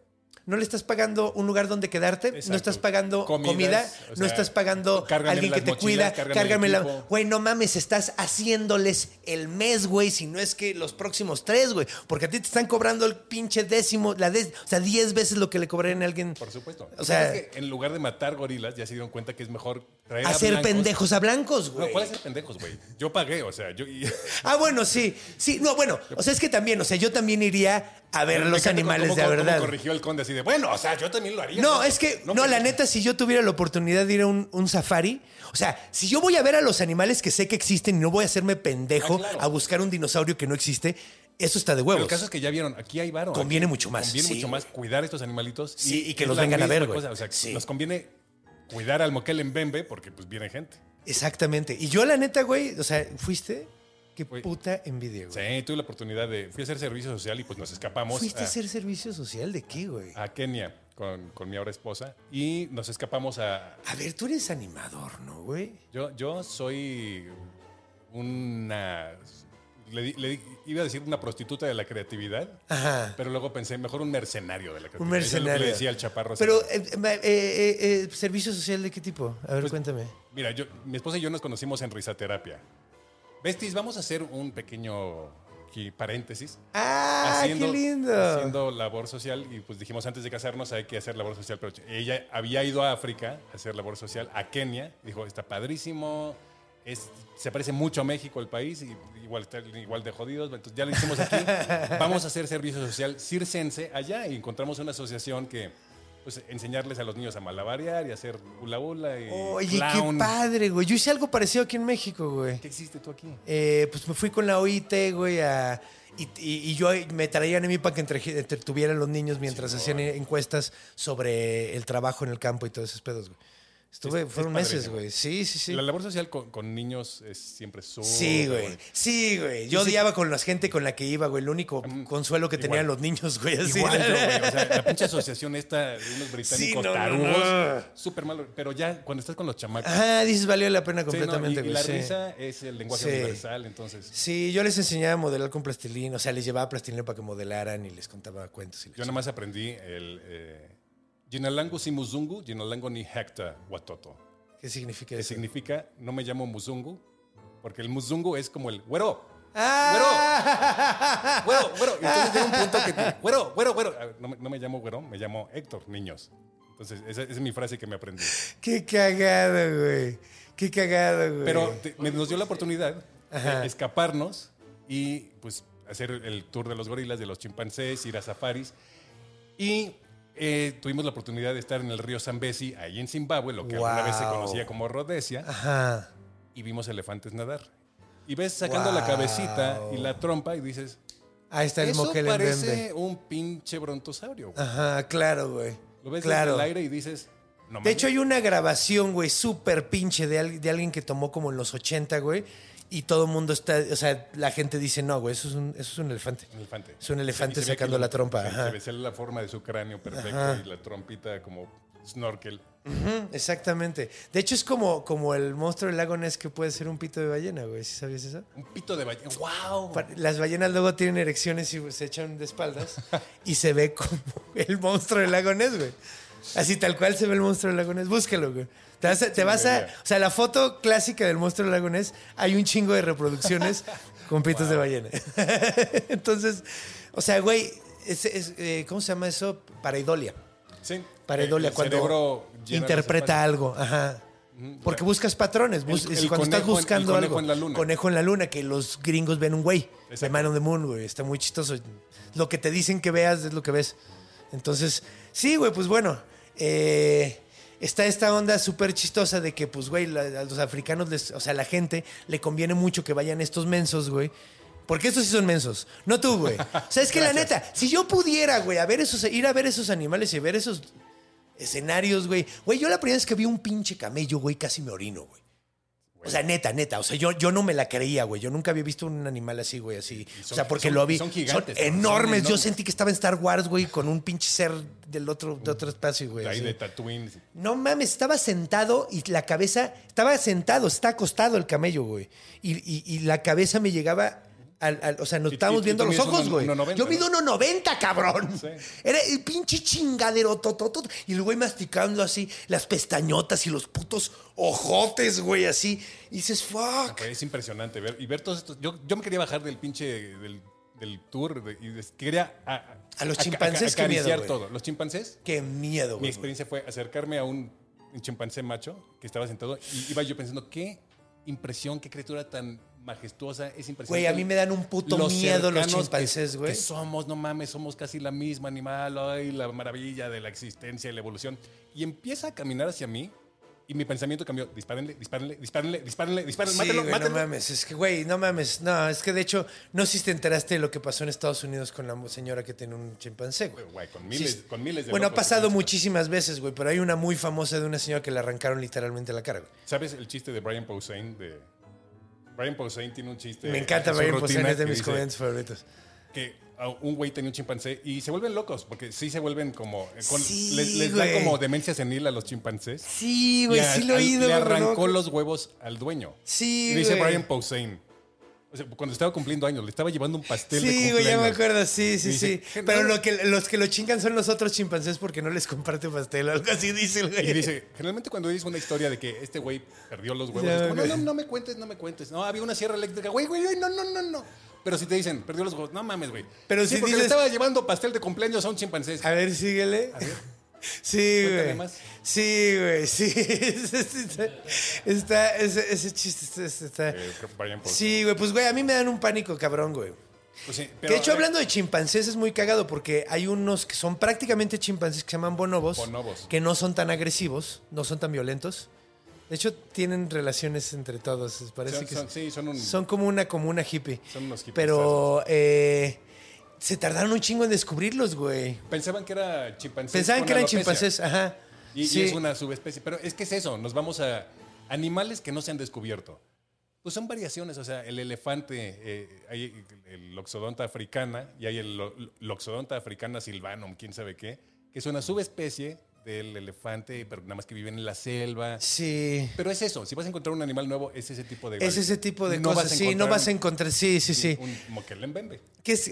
no le estás pagando un lugar donde quedarte, Exacto. no estás pagando Comidas, comida, o no sea, estás pagando cárgame alguien que las te mochilas, cuida, cárgame el la... equipo. Güey, no mames, estás haciéndoles el mes, güey, si no es que los próximos 3, güey. Porque a ti te están cobrando el pinche décimo, o sea, 10 veces lo que le cobrarían a alguien. Por supuesto. O sea, es que en lugar de matar gorilas, ya se dieron cuenta que es mejor traer hacer a blancos. pendejos a blancos, No, güey. ¿cuál es el pendejos, güey? Yo pagué, o sea, Ah, bueno, sí. Sí, no, bueno. O sea, es que también, o sea, yo también iría a ver Me los encanta animales cómo- de cómo verdad. corrigió el conde así de, bueno, o sea, yo también lo haría. No, es que, no, la neta, si yo tuviera la oportunidad de ir a un safari, o sea, si yo voy a ver a los animales que sé que existen y no voy a hacerme pendejo claro. a buscar un dinosaurio que no existe, eso está de huevos. Pero el caso es que ya vieron, aquí hay varo. Conviene Aquí mucho más, Conviene sí, mucho más cuidar a estos animalitos. Sí, y que es los la vengan a misma ver, güey. cosa, o sea, Sí. nos conviene cuidar al moquel en Bembe porque pues viene gente. Exactamente. Y yo, la neta, güey, o sea, ¿fuiste? Qué Güey. puta envidia, güey. Sí, tuve la oportunidad de... Fui a hacer servicio social y pues nos escapamos ¿Fuiste a hacer servicio social de qué, güey? a Kenia con mi ahora esposa y nos escapamos a... A ver, tú eres animador, ¿no, güey? Yo soy una... iba a decir una prostituta de la creatividad, Ajá. pero luego pensé, mejor un mercenario de la creatividad. Un mercenario. Es lo que le decía al chaparro. Pero, ¿servicio social de qué tipo? A ver, Pues, cuéntame. Mira, mi esposa y yo nos conocimos en risaterapia. Besties, vamos a hacer un pequeño aquí, paréntesis. ¡Ah, qué lindo! Haciendo labor social y pues dijimos antes de casarnos hay que hacer labor social. Pero ella había ido a África a hacer labor social, a Kenia. Dijo, está padrísimo, se parece mucho a México el país, y igual de jodidos. Entonces ya lo hicimos aquí. Vamos a hacer servicio social circense allá y encontramos una asociación que... pues enseñarles a los niños a malabarear y a hacer hula hula y Oye, clown. qué padre, güey. Yo hice algo parecido aquí en México, güey. ¿Qué hiciste tú aquí? Pues me fui con la OIT, güey, y yo me traían a mí para que entretuvieran los niños mientras hacían encuestas sobre el trabajo en el campo y todos esos pedos, güey. Fueron meses, padrísimo. güey. Sí, sí, sí. La labor social con niños es siempre súper Sí, güey. bonita. Sí, güey. Yo odiaba con la gente con la que iba, güey. El único consuelo que igual. tenían los niños, güey. Así. Igual yo, güey. O sea, la pinche asociación esta de unos británicos Sí, no, tarugos, no. súper malo. Pero ya cuando estás con los chamacos... Ajá, dices, valió la pena sí, no, completamente, y güey. la sí. risa es el lenguaje Sí. universal, entonces... Sí, yo les enseñaba a modelar con plastilina. O sea, les llevaba plastilina para que modelaran y les contaba cuentos. Y Yo nada más aprendí el... Ginalango si muzungu, Ginalango ni hecta watoto. ¿Qué significa Que eso? significa, no me llamo muzungu, porque el muzungu es como el güero. ¡Ah! Güero. Y entonces llega un punto que güero. No me llamo güero, me llamo Héctor, niños. Entonces, esa es mi frase que me aprendí. ¡Qué cagado, güey! ¡Qué cagado, güey! Pero nos dio la oportunidad de escaparnos y pues hacer el tour de los gorilas, de los chimpancés, ir a safaris. Y tuvimos la oportunidad de estar en el río Zambezi, ahí en Zimbabue, lo que alguna vez se conocía como Rhodesia, Ajá. y vimos elefantes nadar. Y ves sacando la cabecita y la trompa y dices, Ahí está el eso moquel en parece Bembe. un pinche brontosaurio. güey. Ajá, claro, güey. Lo ves claro. desde el aire y dices, no De hecho, mames. hay una grabación, güey, súper pinche de alguien que tomó como en los 80, güey. Y todo el mundo está, o sea, la gente dice, no, güey, eso es un elefante. Un elefante. Es un elefante Y se ve sacando que la trompa. Se Ajá. ve la forma de su cráneo perfecto Ajá. y la trompita como snorkel. Ujú, exactamente. De hecho, es como el monstruo del lago Ness que puede ser un pito de ballena, güey. ¿Sí sabías eso? Un pito de ballena. ¡Wow! Las ballenas luego tienen erecciones y se echan de espaldas y se ve como el monstruo del lago Ness, güey. Así tal cual se ve el monstruo del lago Ness. Búscalo, güey. O sea, la foto clásica del monstruo del lago Ness, hay un chingo de reproducciones con pitos de ballena. Entonces, o sea, güey, ¿cómo se llama eso? Pareidolia. Sí. Pareidolia, El cuando cerebro llena interpreta los algo. Ajá. Porque Ya. buscas patrones. El Cuando estás conejo buscando el algo. conejo en la luna. Conejo en la luna, que los gringos ven un güey. The Exacto. Man on the Moon, güey. Está muy chistoso. Lo que te dicen que veas es lo que ves. Entonces, sí, güey, pues bueno. Está esta onda súper chistosa de que, pues, güey, a los africanos, o sea, a la gente le conviene mucho que vayan estos mensos, güey. Porque estos sí son mensos. No tú, güey. O sea, es que la neta, si yo pudiera, güey, ir a ver esos animales y ver esos escenarios, güey. Güey, yo la primera vez que vi un pinche camello, güey, casi me orino, güey. O sea, neta. O sea, yo no me la creía, güey. Yo nunca había visto un animal así, güey, así. O sea, porque lo vi. Son gigantes. Son Son enormes. Yo enormes. sentí que estaba en Star Wars, güey, con un pinche ser de otro espacio, güey. Ahí así. de Tatooine. No mames, estaba sentado y la cabeza... Estaba sentado, está acostado el camello, güey. Y la cabeza me llegaba O sea, nos ¿Y estábamos viendo tú los mides ojos, güey. 1.90, Yo mido 1.90, cabrón. Sí. Era el pinche chingadero, tototot. Y el güey masticando así las pestañotas y los putos ojotes, güey, así. Y dices, fuck. Es impresionante ver todos estos. Yo me quería bajar del pinche del tour quería A los chimpancés, qué miedo, acariciar güey. todo. Los chimpancés. Qué miedo, Mi güey. experiencia fue acercarme a un chimpancé macho que estaba sentado y iba yo pensando, qué impresión, qué criatura tan majestuosa, es impresionante. Güey, a mí me dan un puto miedo los cercanos chimpancés, güey. que somos, no mames, somos casi la misma animal, ay, la maravilla de la existencia y la evolución. Y empieza a caminar hacia mí y mi pensamiento cambió, dispárenle, Sí, mátenlo, güey, no mames. Es que, güey, no mames. No, es que de hecho, no sé si te enteraste de lo que pasó en Estados Unidos con la señora que tiene un chimpancé, güey. Güey, con miles de Bueno, ha locos. pasado muchísimas veces, güey, pero hay una muy famosa de una señora que le arrancaron literalmente la cara, güey. ¿Sabes el chiste de Brian Posehn? Brian Posehn tiene un chiste. Me encanta en su Brian rutina Posehn, es de que mis dice comediantes favoritos. Que un güey tenía un chimpancé y se vuelven locos, porque sí se vuelven como. Sí, les da güey. como demencia senil a los chimpancés. Sí, güey, Y sí lo he oído. Le güey, arrancó ¿no? los huevos al dueño. Sí, Y dice güey. Brian Posehn. O sea, cuando estaba cumpliendo años, le estaba llevando un pastel de Sí, cumpleaños. güey, ya me acuerdo, sí, Y dice, Pero los que lo chingan son los otros chimpancés porque no les comparte pastel o algo así, dice el güey. Y dice, generalmente cuando dices una historia de que este güey perdió los huevos, Ya, es como, güey. no me cuentes. No, había una sierra eléctrica, güey, no. Pero si te dicen, perdió los huevos, no mames, güey. Pero sí, si porque dices- le estaba llevando pastel de cumpleaños a un chimpancé. A ver, síguele. A ver. Sí, Cuéntame güey. más. Sí, güey, sí. Ese chiste está. Brian Posehn. Sí, güey, pues güey, a mí me dan un pánico cabrón, güey. Pues sí, Que pero, de hecho, hablando de chimpancés, es muy cagado porque hay unos que son prácticamente chimpancés que se llaman bonobos, Bonobos. que no son tan agresivos, no son tan violentos. De hecho, tienen relaciones entre todos. Parece que son como una hippie. Son unos hippies. Pero se tardaron un chingo en descubrirlos, güey. Pensaban que era chimpancés. Pensaban con que eran alopecia. chimpancés, ajá. Y Sí. es una subespecie. Pero es que es eso, nos vamos a animales que no se han descubierto. Pues son variaciones, o sea, el elefante, hay el Loxodonta africana y hay el Loxodonta africana silvanum, quién sabe qué, que es una subespecie del elefante, pero nada más que viven en la selva. Sí. Pero es eso, si vas a encontrar un animal nuevo, es ese tipo de... Es ese tipo de No cosas. vas a Sí, no encontrar vas a encontrar. Sí. Un moquelembembe. Que es,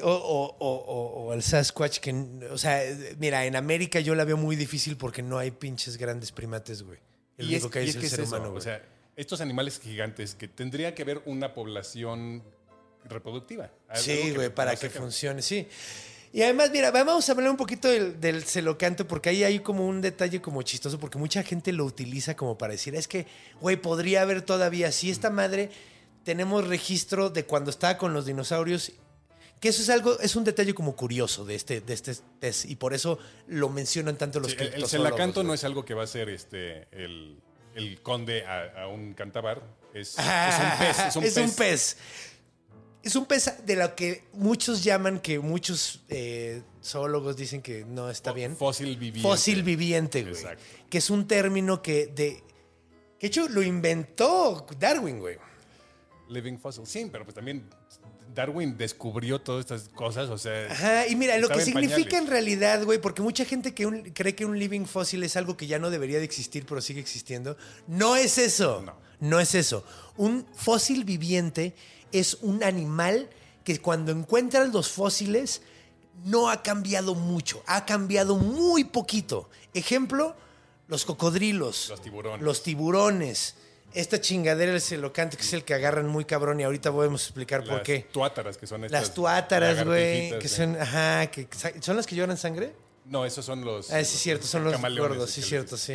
o el Sasquatch, que, o sea, mira, en América yo la veo muy difícil porque no hay pinches grandes primates, güey. El único que hay es el ser humano, güey. O sea, estos animales gigantes que tendría que haber una población reproductiva. Algo Sí, güey, para no sé que qué- funcione, sí. Y además, mira, vamos a hablar un poquito del celocanto, porque ahí hay como un detalle como chistoso, porque mucha gente lo utiliza como para decir, es que, güey, podría haber todavía, si esta madre tenemos registro de cuando estaba con los dinosaurios, que eso es algo, es un detalle como curioso de este test, y por eso lo mencionan tanto los Sí, el criptozoólogos, celacanto güey. no es algo que va a hacer el conde a un cantabar. Es un pez. Es un pez. Es un pez de lo que muchos llaman, que muchos zoólogos dicen que no está bien. Fósil viviente. Fósil viviente, güey. Exacto. Que es un término que de hecho lo inventó Darwin, güey. Living fossil. Sí, pero pues también Darwin descubrió todas estas cosas, o sea... Ajá, y mira, lo que estaba en significa pañales. en realidad, güey, porque mucha gente cree que un living fósil es algo que ya no debería de existir, pero sigue existiendo. No es eso. No es eso. Un fósil viviente es un animal que cuando encuentras los fósiles no ha cambiado mucho, ha cambiado muy poquito. Ejemplo, los cocodrilos. Los tiburones. Esta chingadera, el celocante, que es el que agarran muy cabrón, y ahorita podemos explicar por qué. Las tuátaras, que son estas... Las tuátaras, güey, lagartijitas, que sí. son, ajá, que son las que lloran sangre. No, esos son los... Ah, sí, cierto, son los camaleones, gordos, sí, que cierto, les- sí.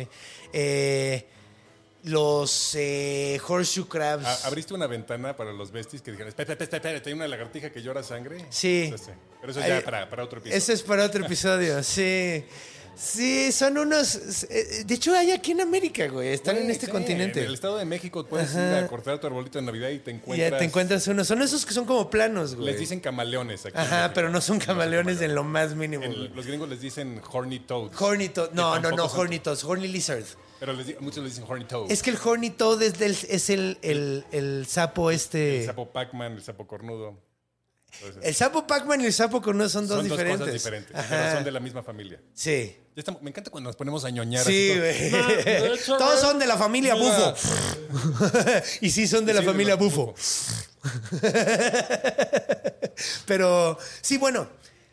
Los horseshoe crabs. Abriste una ventana para los besties que dijeron, espera, ¿hay una lagartija que llora sangre? Sí. Pero eso Ahí- ya para otro episodio. Ese es para otro episodio, sí. Sí, son unos... De hecho, hay aquí en América, güey. Están Güey, en este sí, continente. En el Estado de México puedes ir a cortar tu arbolito de Navidad y te Y encuentras... ya te encuentras unos. Son esos que son como planos, güey. Les dicen camaleones aquí. en Ajá, México. pero no son camaleones en lo más mínimo. güey. Los gringos les dicen horny toads. Horny toad. Que No, tampoco son- horny toads. Horny lizard. Pero muchos les dicen horny toad. Es que el horny toad es el sapo El sapo Pac-Man, el sapo cornudo. Entonces, El sapo Pac-Man y el sapo cornudo son dos son diferentes. dos cosas diferentes, Ajá. pero son de la misma familia. Sí. Me encanta cuando nos ponemos a ñoñar. Sí, así güey. Todos son de la familia Mira. Bufo. Y sí, son de la Sí, familia los Bufo. Pero, sí, bueno.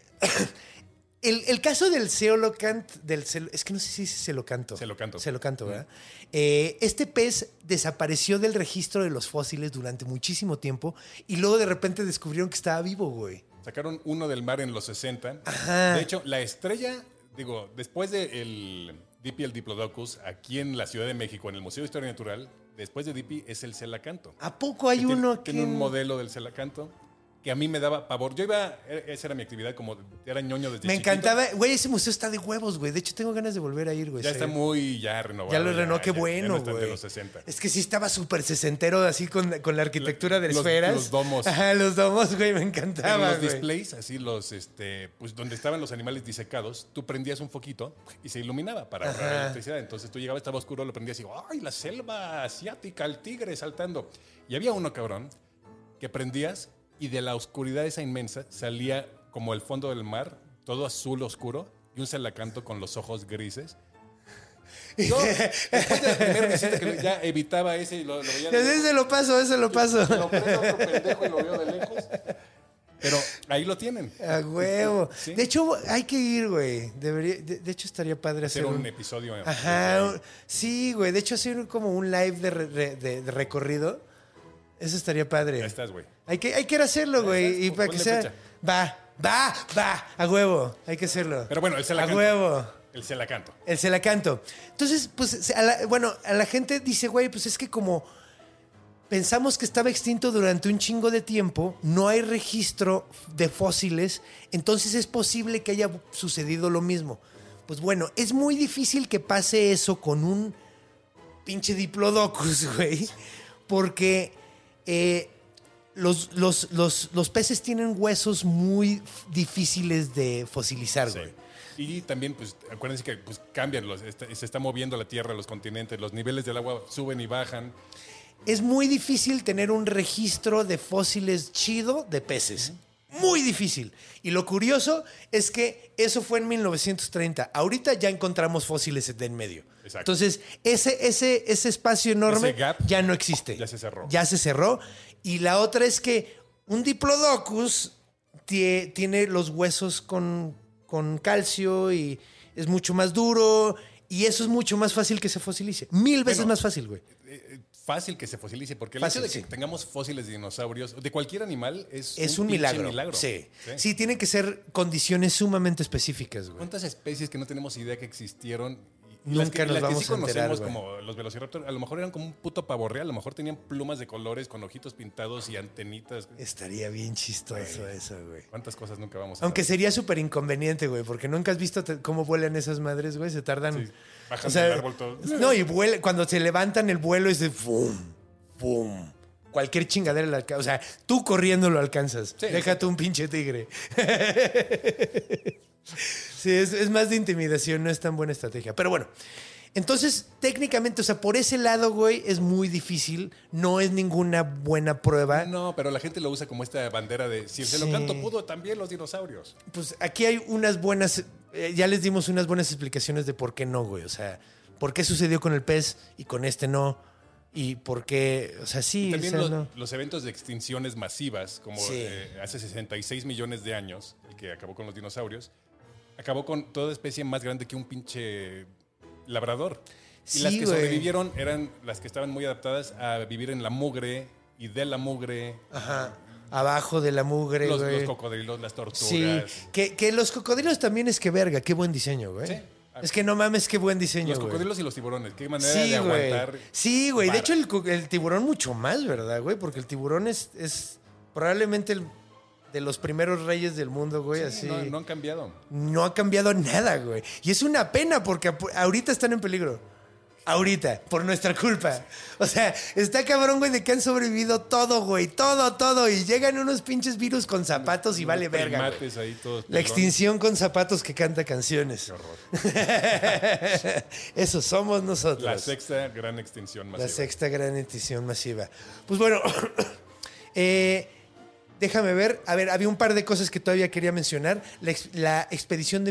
El caso del coelocant, es que no sé si dice coelocanto. Coelocanto, ¿verdad? Este pez desapareció del registro de los fósiles durante muchísimo tiempo y luego de repente descubrieron que estaba vivo, güey. Sacaron uno del mar en los 60. Ajá. De hecho, la estrella, después del Dipi el Diplodocus, aquí en la Ciudad de México, en el Museo de Historia Natural, después de Dipi es el coelacanto. ¿A poco hay uno aquí? Tiene un modelo del coelacanto que a mí me daba pavor. Yo esa era mi actividad, como era ñoño desde Me chiquito. encantaba. Güey, ese museo está de huevos, güey. De hecho, tengo ganas de volver a ir, güey. Ya está muy renovado. Ya lo renovó, qué bueno, ya no está güey. de los 60. Es que sí estaba súper sesentero, así con la arquitectura de esferas. Los domos. Ajá, los domos, güey, me encantaba, Los güey. displays, así pues donde estaban los animales disecados, tú prendías un foquito y se iluminaba para ahorrar electricidad. Entonces tú llegabas, estaba oscuro, lo prendías y ¡ay, la selva asiática, el tigre saltando! Y había uno, cabrón, que prendías y de la oscuridad esa inmensa salía como el fondo del mar, todo azul oscuro, y un coelacanto con los ojos grises. Yo, después de la primera visita que ya evitaba ese y lo veía de lejos. Ese lo paso. Lo prendo otro pendejo y lo veo de lejos. Pero ahí lo tienen. A huevo. Sí. De hecho, hay que ir, güey. De hecho, estaría padre hacer un episodio. Ajá. Sí, güey. De hecho, hacer como un live de recorrido. Eso estaría padre. Ya estás, güey. Hay que ir a hacerlo, güey. Y para que sea... fecha. Va. A huevo. Hay que hacerlo. Pero bueno, el coelacanto. A huevo. El coelacanto. El coelacanto. Entonces, pues, a la gente dice, güey, pues es que como pensamos que estaba extinto durante un chingo de tiempo, no hay registro de fósiles, entonces es posible que haya sucedido lo mismo. Pues bueno, es muy difícil que pase eso con un pinche Diplodocus, güey, porque los peces tienen huesos muy difíciles de fosilizar, güey. Sí. Y también, pues, acuérdense que pues, cambian, se está moviendo la Tierra, los continentes, los niveles del agua suben y bajan. Es muy difícil tener un registro de fósiles chido de peces. Muy difícil. Y lo curioso es que eso fue en 1930. Ahorita ya encontramos fósiles en medio. Exacto. Entonces, ese espacio enorme Ese gap ya no existe. ya se cerró. Ya se cerró. Y la otra es que un Diplodocus tiene los huesos con calcio y es mucho más duro. Y eso es mucho más fácil que se fosilice. 1000 veces más fácil, güey. Fácil que se fosilice, porque el Fácil, hecho de que tengamos fósiles de dinosaurios, de cualquier animal, es un pinche milagro. Sí, tienen que ser condiciones sumamente específicas, güey. ¿Cuántas especies que no tenemos idea que existieron? Nunca nos vamos sí a enterar, conocemos, güey. como los velociraptor, a lo mejor eran como un puto pavo real, a lo mejor tenían plumas de colores con ojitos pintados y antenitas. Estaría bien chistoso eso, güey. ¿Cuántas cosas nunca vamos a Aunque ver? sería súper inconveniente, güey, porque nunca has visto cómo vuelan esas madres, güey. Se tardan. Sí, bajan del árbol todo. No, y cuando se levantan el vuelo es de ¡fum! ¡Fum! Cualquier chingadera la alcanza. O sea, tú corriendo lo alcanzas. Sí, Déjate un pinche tigre. Sí, es más de intimidación, no es tan buena estrategia. Pero bueno, entonces, técnicamente, o sea, por ese lado, güey, es muy difícil. No es ninguna buena prueba. No, pero la gente lo usa como esta bandera de si el coelacanto pudo, también los dinosaurios. Pues aquí hay unas buenas... ya les dimos unas buenas explicaciones de por qué no, güey. O sea, por qué sucedió con el pez y con este no. Y por qué... O sea, sí... También o sea, los eventos de extinciones masivas, como Sí. Hace 66 millones de años, el que acabó con los dinosaurios, acabó con toda especie más grande que un pinche labrador. Y Sí, las que güey. sobrevivieron eran las que estaban muy adaptadas a vivir en la mugre y de la mugre. Ajá. Abajo de la mugre, Los güey. cocodrilos, las tortugas. Sí. Que los cocodrilos también es que verga. Qué buen diseño, güey. Sí. Es que no mames, qué buen diseño, Los güey. cocodrilos y los tiburones. Qué manera Sí, de güey. aguantar. Sí, güey. De vara. hecho, el tiburón mucho más, ¿verdad, güey? Porque el tiburón es probablemente de los primeros reyes del mundo, güey. Sí, así. no han cambiado. No ha cambiado nada, güey. Y es una pena porque ahorita están en peligro. Ahorita, por nuestra culpa. O sea, está cabrón, güey, de que han sobrevivido todo, güey. Todo. Y llegan unos pinches virus con zapatos y vale verga, güey. Primates ahí todos. La pelón. extinción con zapatos que canta canciones. Qué horror. Eso somos nosotros. La sexta gran extinción masiva. La sexta gran extinción masiva. Pues bueno, déjame ver. A ver, había un par de cosas que todavía quería mencionar. La expedición de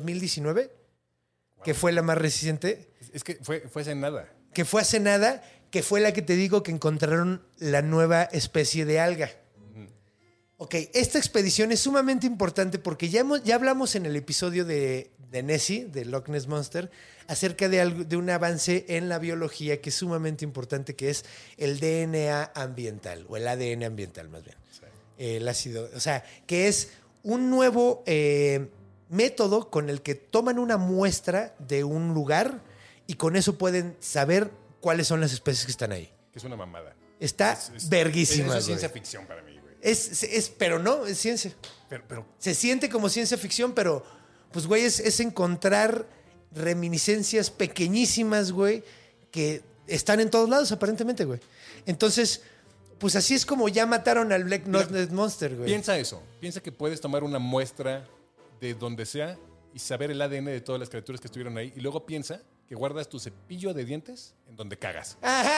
2019, que fue la más reciente, Es que fue hace nada. que fue hace nada, que fue la que te digo que encontraron la nueva especie de alga. Ok, esta expedición es sumamente importante porque ya hablamos en el episodio de Nessie, de Loch Ness Monster, acerca de un avance en la biología que es sumamente importante, que es el DNA ambiental, o el ADN ambiental más bien. Sí. El ácido, o sea, que es un nuevo método con el que toman una muestra de un lugar y con eso pueden saber cuáles son las especies que están ahí. Que es una mamada. Está verguísima. Eso es ciencia ficción para mí. Pero no, es ciencia. Pero se siente como ciencia ficción, pero pues, güey, es encontrar reminiscencias pequeñísimas, güey, que están en todos lados, aparentemente, güey. Entonces, pues así es como ya mataron al Black Ness Monster, güey. Piensa eso. Piensa que puedes tomar una muestra de donde sea y saber el ADN de todas las criaturas que estuvieron ahí. Y luego piensa que guardas tu cepillo de dientes en donde cagas.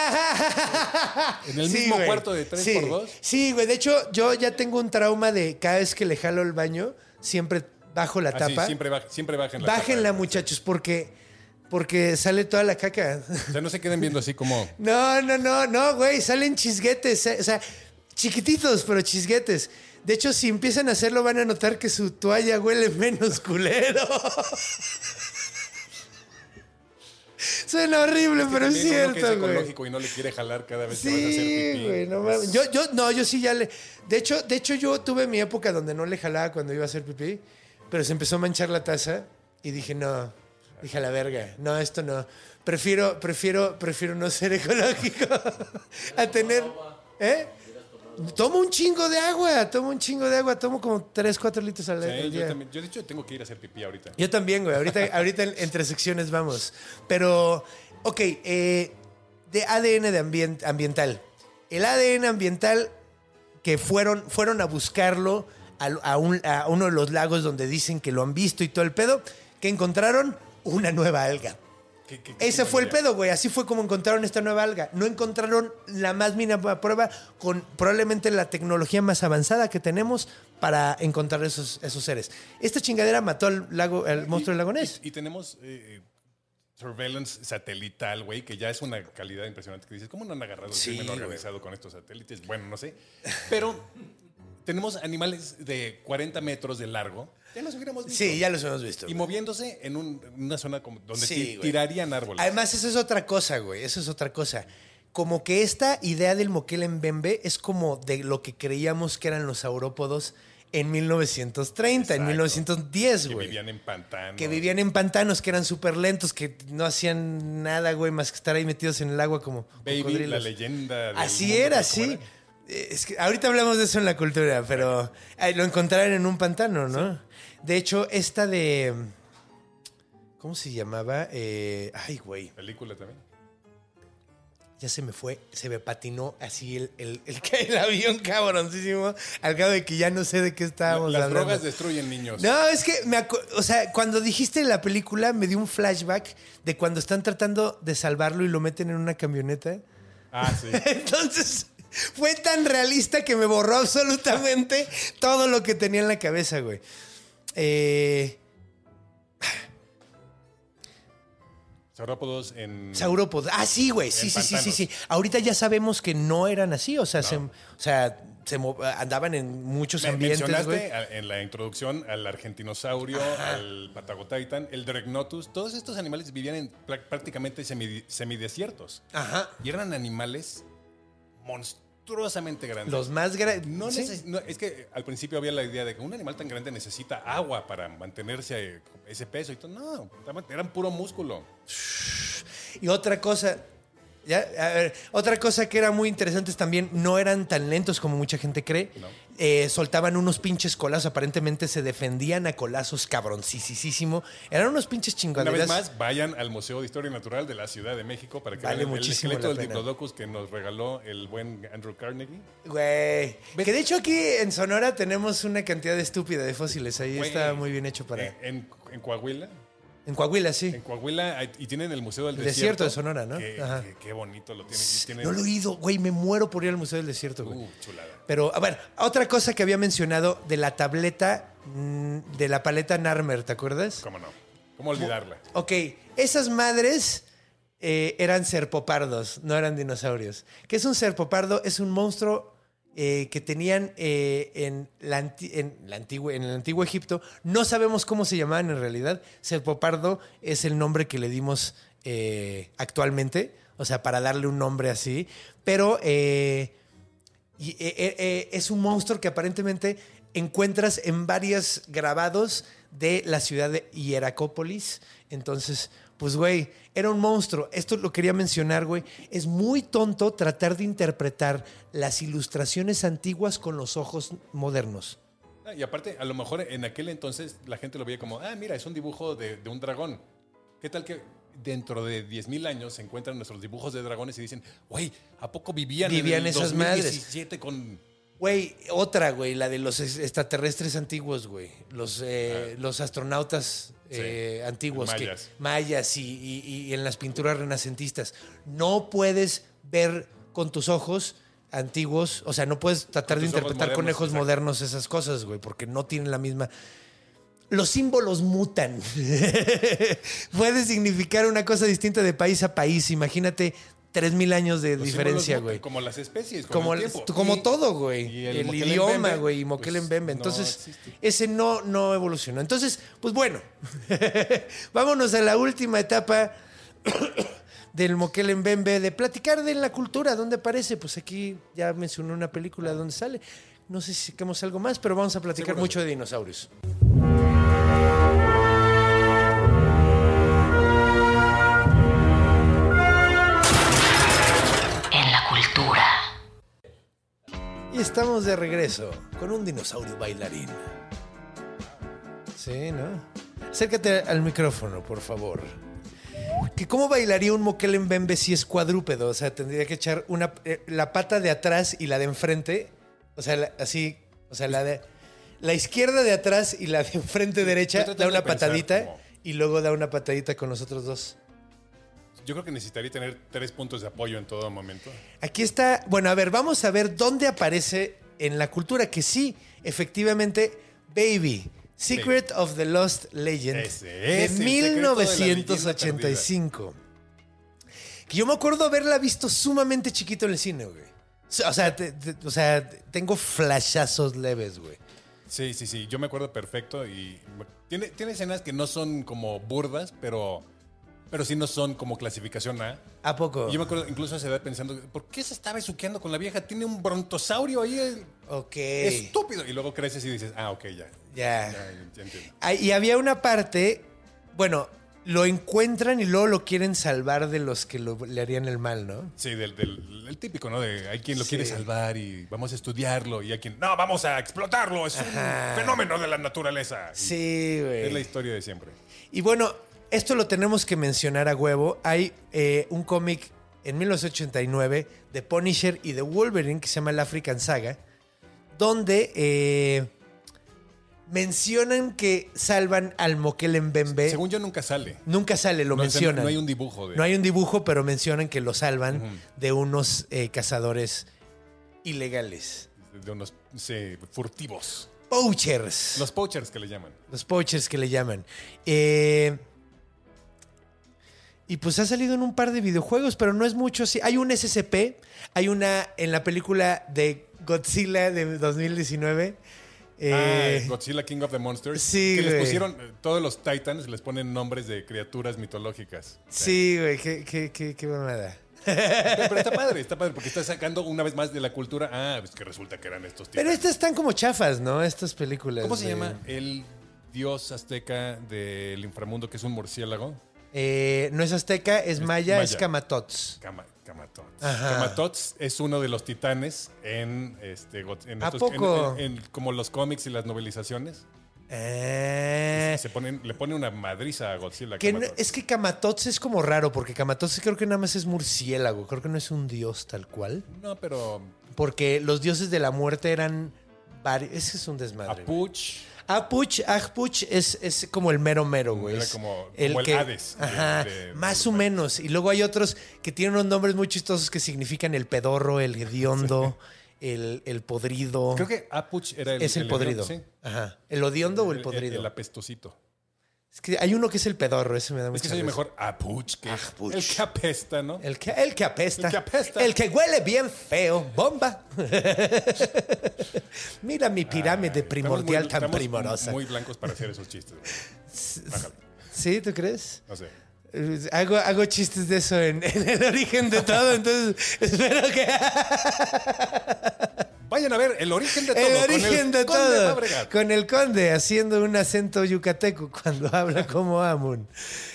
En el mismo cuarto de 3x2. Sí, güey. De hecho, yo ya tengo un trauma de cada vez que le jalo el baño, siempre bajo la tapa. Sí, siempre bajen la tapa. Bájenla, muchachos, porque sale toda la caca. O sea, no se queden viendo así como... No, güey. Salen chisguetes. O sea, chiquititos, pero chisguetes. De hecho, si empiezan a hacerlo, van a notar que su toalla huele menos culero. Suena horrible, pero es cierto, que es güey. ecológico y no le quiere jalar cada vez que vas a hacer pipí. Güey, no mames. Yo sí ya le... De hecho, yo tuve mi época donde no le jalaba cuando iba a hacer pipí, pero se empezó a manchar la taza y dije, no. Dije, a la verga. No, esto no. Prefiero no ser ecológico a tener... Tomo un chingo de agua. Tomo como 3-4 litros al día. Yo también. Yo, de hecho, tengo que ir a hacer pipí ahorita. Yo también, güey. Ahorita entre secciones vamos. Pero, ok, de ADN ambiental. El ADN ambiental que fueron a buscarlo a uno de los lagos donde dicen que lo han visto y todo el pedo, que encontraron una nueva alga. Ese fue el pedo, güey. Así fue como encontraron esta nueva alga. No encontraron la más mínima prueba con probablemente la tecnología más avanzada que tenemos para encontrar esos seres. Esta chingadera mató al monstruo del lago Ness. Y tenemos surveillance satelital, güey, que ya es una calidad impresionante. Que dices, ¿cómo no han agarrado el crimen organizado con estos satélites? Bueno, no sé. Pero tenemos animales de 40 metros de largo. Ya los hubiéramos visto. Sí, ya los hemos visto. Y moviéndose en una zona como donde tirarían árboles. Además, eso es otra cosa, güey. Eso es otra cosa. Como que esta idea del Mokele Mbembe es como de lo que creíamos que eran los saurópodos en 1930, exacto, en 1910, güey. Que vivían en pantanos. Que vivían en pantanos, que eran súper lentos, que no hacían nada, güey, más que estar ahí metidos en el agua como Baby, cocodrilos. La leyenda. Así era, sí. Es que ahorita hablamos de eso en la cultura, pero lo encontraron en un pantano, ¿no? Sí. De hecho, esta de... ¿Cómo se llamaba? Ay, güey. Película también. Ya se me fue, se me patinó así el avión cabroncísimo, al cabo de que ya no sé de qué estábamos hablando. Las drogas destruyen niños. No, es que, o sea, cuando dijiste la película me dio un flashback de cuando están tratando de salvarlo y lo meten en una camioneta. Ah, sí. Entonces... fue tan realista que me borró absolutamente todo lo que tenía en la cabeza, güey. Saurópodos en... Saurópodos. Ah, sí, güey. Sí. Ahorita ya sabemos que no eran así. O sea, no. Andaban en muchos ambientes, mencionaste güey. En la introducción al argentinosaurio, al Patagotitan, el Dreadnoughtus. Todos estos animales vivían en prácticamente semidesiertos. Ajá. Y eran animales monstruosamente grandes. Los más grandes. No, es que al principio había la idea de que un animal tan grande necesita agua para mantenerse ese peso y todo. No, eran puro músculo. Y otra cosa, otra cosa que era muy interesante es también, no eran tan lentos como mucha gente cree. No. Soltaban unos pinches colazos, aparentemente se defendían a colazos cabroncísimo. Eran unos pinches chingoneras. Una vez más, vayan al Museo de Historia Natural de la Ciudad de México para que vean el esqueleto del Diplodocus que nos regaló el buen Andrew Carnegie. Güey. Que de hecho aquí en Sonora tenemos una cantidad estúpida de fósiles. Ahí está muy bien hecho para... En Coahuila. En Coahuila, sí. En Coahuila, y tienen el Museo del Desierto. Desierto de Sonora, ¿no? Qué bonito lo tienen. No lo he ido, güey, me muero por ir al Museo del Desierto, güey. Chulada. Pero, a ver, otra cosa que había mencionado de la tableta, de la paleta Narmer, ¿te acuerdas? ¿Cómo no? ¿Cómo olvidarla? Ok, esas madres eran serpopardos, no eran dinosaurios. ¿Qué es un serpopardo? Es un monstruo que tenían en el antiguo Egipto. No sabemos cómo se llamaban en realidad. Serpopardo es el nombre que le dimos actualmente, o sea, para darle un nombre así. Pero es un monstruo que aparentemente encuentras en varios grabados de la ciudad de Hieracópolis. Entonces, pues, güey, era un monstruo. Esto lo quería mencionar, güey. Es muy tonto tratar de interpretar las ilustraciones antiguas con los ojos modernos. Y aparte, a lo mejor en aquel entonces la gente lo veía como, mira, es un dibujo de un dragón. ¿Qué tal que dentro de 10,000 años se encuentran nuestros dibujos de dragones y dicen, güey, ¿a poco vivían en el esas 2017 madres con...? Güey, otra, güey, la de los extraterrestres antiguos, güey. Los astronautas antiguos. Mayas y en las pinturas renacentistas. No puedes ver con tus ojos antiguos, o sea, no puedes tratar de interpretar con ojos modernos esas cosas, güey, porque no tienen la misma... Los símbolos mutan. Puede significar una cosa distinta de país a país. Imagínate 3,000 años de diferencia, güey. Como las especies, como todo, güey. Y el idioma, güey, y Mokele Mbembe. Entonces, ese no evolucionó. Entonces, pues bueno, vámonos a la última etapa del Mokele Mbembe, de platicar de la cultura, ¿dónde aparece? Pues aquí ya mencioné una película donde sale. No sé si sacamos algo más, pero vamos a platicar mucho de dinosaurios. Y estamos de regreso con un dinosaurio bailarín. Sí, ¿no? Acércate al micrófono, por favor. ¿Cómo bailaría un Mokele Mbembe si es cuadrúpedo? O sea, tendría que echar la pata de atrás y la de enfrente. O sea, así. O sea, la izquierda de atrás y la de enfrente derecha da una patadita y luego da una patadita con los otros dos. Yo creo que necesitaría tener 3 puntos de apoyo en todo momento. Aquí está. Bueno, a ver, vamos a ver dónde aparece en la cultura. Que sí, efectivamente, Baby, Secret of the Lost Legend, de 1985. Que yo me acuerdo haberla visto sumamente chiquito en el cine, güey. O sea, tengo flashazos leves, güey. Sí. Yo me acuerdo perfecto y tiene escenas que no son como burdas, pero sí no son como clasificación A. ¿A poco? Yo me acuerdo incluso a esa edad pensando, ¿por qué se estaba besuqueando con la vieja? Tiene un brontosaurio ahí. Ok. Estúpido. Y luego creces y dices, ok, ya entiendo. Y había una parte, bueno, lo encuentran y luego lo quieren salvar de los que le harían el mal, ¿no? Sí, el típico, ¿no? De hay quien lo quiere salvar y vamos a estudiarlo y hay quien, no, vamos a explotarlo, es un fenómeno de la naturaleza. Sí, güey. Es la historia de siempre. Y bueno, esto lo tenemos que mencionar a huevo. Hay un cómic en 1989 de Punisher y de Wolverine que se llama el African Saga, donde mencionan que salvan al Mokele Mbembe. Según yo nunca sale. Nunca sale, lo mencionan. No hay un dibujo. No hay un dibujo, pero mencionan que lo salvan de unos cazadores ilegales. De unos furtivos. Poachers. Los poachers que le llaman. Y pues ha salido en un par de videojuegos, pero no es mucho. Sí, hay un SCP, hay una en la película de Godzilla de 2019. Godzilla King of the Monsters. Sí, que güey. les pusieron, todos los Titans les ponen nombres de criaturas mitológicas. Sí, güey, qué mamada. Pero está padre, porque está sacando una vez más de la cultura. Pues que resulta que eran estos tipos. Pero estas están como chafas, ¿no? Estas películas. ¿Cómo se llama el dios azteca del inframundo que es un murciélago? No es azteca, es maya, es Camatots. Camatots. Ajá. Camatots es uno de los titanes en ¿A poco? En como los cómics y las novelizaciones. Le pone una madriza a Godzilla. Es que Camatots es como raro, porque Camatots creo que nada más es murciélago. Creo que no es un dios tal cual. No, pero... Porque los dioses de la muerte eran varios. Ese es un desmadre. Ahpuch es como el mero, güey. Era como el Hades. Ajá, más o menos. Y luego hay otros que tienen unos nombres muy chistosos que significan el pedorro, el hediondo, el podrido. Creo que Ahpuch era es el podrido. Sí. Ajá. ¿El odiondo o el podrido? El apestosito. Es que hay uno que es el pedorro, ese me da mucha Es que soy risa. mejor Apuch, que Apuch. el que apesta, ¿no? El que apesta. El que apesta. El que huele bien feo. Bomba. Mira mi pirámide primordial tan estamos primorosa. muy blancos para hacer esos chistes. Güey. Bájale. ¿Sí? ¿Tú crees? No sé. Hago chistes de eso en el origen de todo, entonces espero que... Vayan a ver el origen de todo. El origen de Conde todo. Fábregas. Con el conde haciendo un acento yucateco cuando habla como Amun.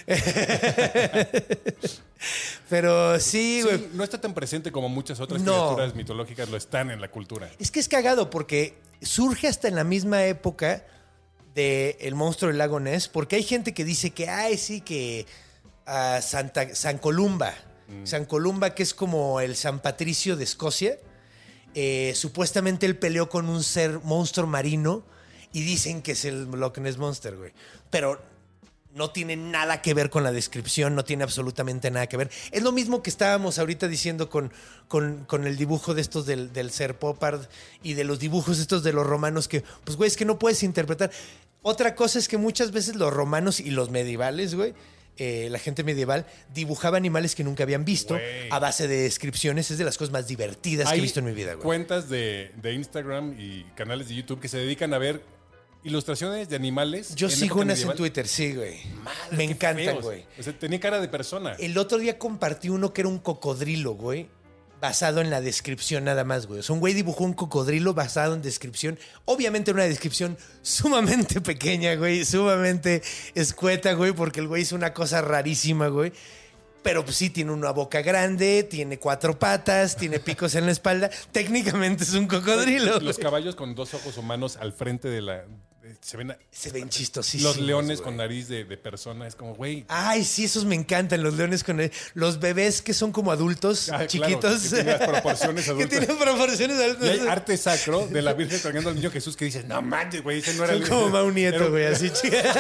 Pero sí, güey. Sí, no está tan presente como muchas otras No. criaturas mitológicas lo están en la cultura. Es que es cagado porque surge hasta en la misma época de El monstruo del lago Ness, porque hay gente que dice que, ay, sí, que San Columba. San Columba, que es como el San Patricio de Escocia. Supuestamente él peleó con un monstruo marino y dicen que es el Loch Ness Monster, güey. Pero no tiene nada que ver con la descripción, no tiene absolutamente nada que ver. Es lo mismo que estábamos ahorita diciendo con el dibujo de estos del Ser Popard y de los dibujos estos de los romanos que, pues, güey, es que no puedes interpretar. Otra cosa es que muchas veces los romanos y los medievales, güey, la gente medieval dibujaba animales que nunca habían visto Güey. a base de descripciones. Es de las cosas más divertidas que he visto en mi vida, güey. Cuentas de Instagram y canales de YouTube que se dedican a ver ilustraciones de animales. Yo en sigo época unas en medieval. Twitter, sí, güey. Madre, Me qué encantan, feos. güey. O sea, tenía cara de persona. El otro día compartí uno que era un cocodrilo, güey, basado en la descripción nada más, güey. O sea, un güey dibujó un cocodrilo basado en descripción. Obviamente una descripción sumamente pequeña, güey. Sumamente escueta, güey, porque el güey hizo una cosa rarísima, güey. Pero pues sí, tiene una boca grande, tiene 4 patas, tiene picos en la espalda. Técnicamente es un cocodrilo. Los güey. caballos con 2 ojos humanos al frente de la... Se ven chistosísimos. Los leones güey. con nariz de persona. Es como, güey... Ay, sí, esos me encantan, los leones con los bebés que son como adultos, Ah, claro, chiquitos. que tienen las proporciones que adultas. tienen proporciones Y adultas. hay arte sacro de la Virgen cargando al niño Jesús que dice, no manches, güey, ese no era Son el... como Mau era Nieto, un- güey, así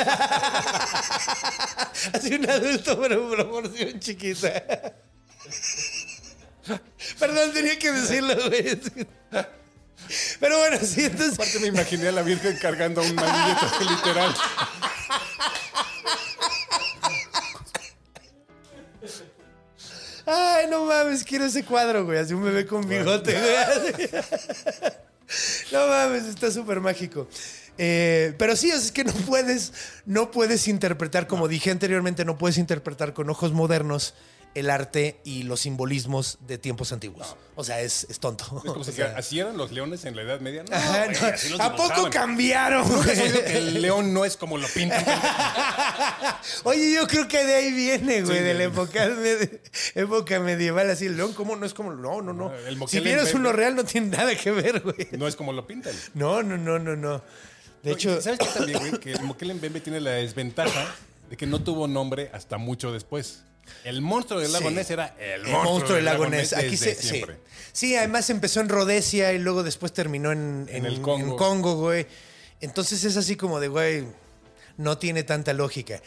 así un adulto, pero en proporción chiquita. Perdón, tenía que decirlo, güey. Pero bueno, sí, entonces... Aparte me imaginé a la Virgen cargando a un manillito literal. Ay, no mames, quiero ese cuadro, güey. Así un bebé con bigote, güey. No mames, está súper mágico. Pero sí, es que no puedes interpretar, como dije anteriormente, no puedes interpretar con ojos modernos el arte y los simbolismos de tiempos antiguos. O sea, es tonto. Es como O si sea, así eran los leones en la Edad Media. No, ajá, güey, no. así los ¿A poco dibujaban. cambiaron, ¿Nunca has güey? oído que el león no es como lo pintan? Oye, yo creo que de ahí viene, güey, Sí, de la de- época medieval. Así, el león, ¿cómo no es como? No, no, no. El Si Moquel vieras en uno verde. real, no tiene nada que ver, güey. No es como lo pintan. No, no, no, no, no. De hecho, ¿Sabes qué también, güey? Que el Moquel en Bembe tiene la desventaja de que no tuvo nombre hasta mucho después. El monstruo del lago Sí. Ness era el el monstruo del lago Ness. Ness Aquí desde sí. siempre. Sí, además empezó en Rhodesia y luego después terminó en el Congo. en Congo, güey. Entonces es así como de, güey, no tiene tanta lógica.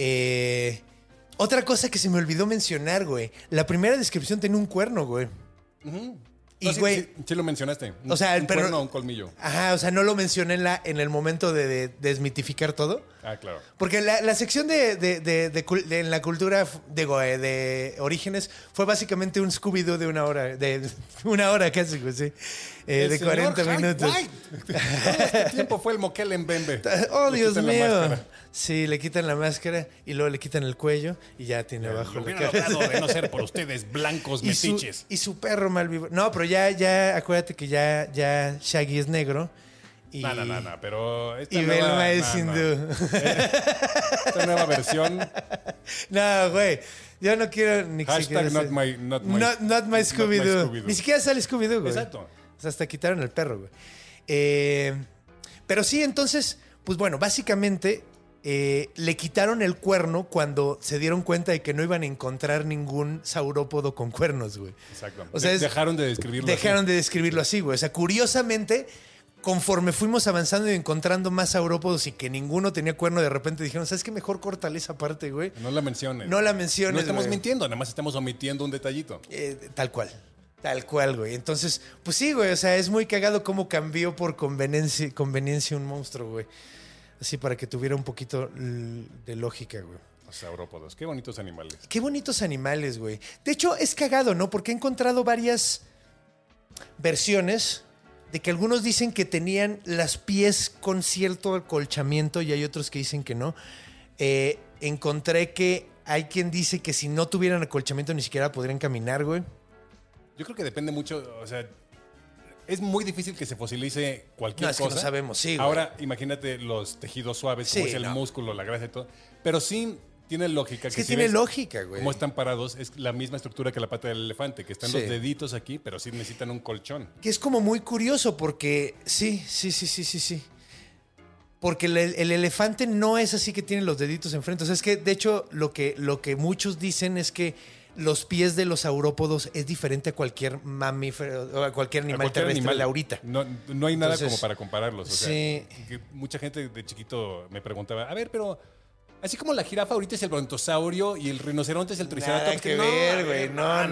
Otra cosa que se me olvidó mencionar, güey. La primera descripción tenía un cuerno, güey. Y, No, sí, güey, sí lo mencionaste. o sea, un pero- cuerno o un colmillo. ajá, o sea, no lo mencioné en el momento de desmitificar todo. Ah, claro. Porque la sección en la cultura de orígenes fue básicamente un Scooby-Doo de una hora, de una hora casi, güey, sí. El De señor 40 Hyde minutos. White. Todo este tiempo fue el Moquel en Bembe. Oh, Le Dios quitan la mío. máscara. Sí, le quitan la máscara y luego le quitan el cuello y ya tiene abajo Lo la hubiera cabeza. logrado de no ser por ustedes blancos Y su, metiches. y su perro mal vivo. No, pero ya, acuérdate que ya Shaggy es negro. Y, No, pero esta y nueva, Velma es no. hindú. Esta nueva versión, No, güey. Yo no quiero ni siquiera hashtag not ser- my, Not my Scooby-Doo. Scooby-Doo. Ni siquiera sale Scooby-Doo, güey. Exacto. O sea, hasta quitaron el perro, güey. Pero sí, entonces, pues bueno, básicamente le quitaron el cuerno cuando se dieron cuenta de que no iban a encontrar ningún saurópodo con cuernos, güey. Exacto. O sea, Dejaron de describirlo así. Dejaron de describirlo así, güey. O sea, curiosamente, conforme fuimos avanzando y encontrando más saurópodos y que ninguno tenía cuerno, de repente dijeron, ¿sabes qué? Mejor córtale esa parte, güey. No la menciones. No la menciones, No estamos güey. mintiendo, nada más estamos omitiendo un detallito. Tal cual. Tal cual, güey. Entonces, pues sí, güey. O sea, es muy cagado cómo cambió por conveniencia un monstruo, güey. Así para que tuviera un poquito de lógica, güey. Los saurópodos. Qué bonitos animales. Qué bonitos animales, güey. De hecho, es cagado, ¿no? Porque he encontrado varias versiones de que algunos dicen que tenían las pies con cierto acolchamiento y hay otros que dicen que no. Encontré que hay quien dice que si no tuvieran acolchamiento ni siquiera podrían caminar, güey. Yo creo que depende mucho, o sea, es muy difícil que se fosilice cualquier No, es que cosa. no sabemos, sí, güey. Ahora, imagínate los tejidos suaves, como Sí, es el no. músculo, la grasa y todo. Pero sí tiene lógica Es que que si tiene ves lógica, güey. cómo están parados, es la misma estructura que la pata del elefante, que están Sí. los deditos aquí, pero sí necesitan un colchón. Que es como muy curioso porque sí. Porque el elefante no es así que tiene los deditos enfrente. O sea, es que de hecho lo que muchos dicen es que los pies de los saurópodos es diferente a cualquier mamífero o a cualquier animal Cualquier terrestre animal. de ahorita. No hay nada Entonces, como para compararlos. O sea, sí. que mucha gente de chiquito me preguntaba, a ver, pero así como la jirafa ahorita es el brontosaurio y el rinoceronte es el triceratops. Nada que ver, güey.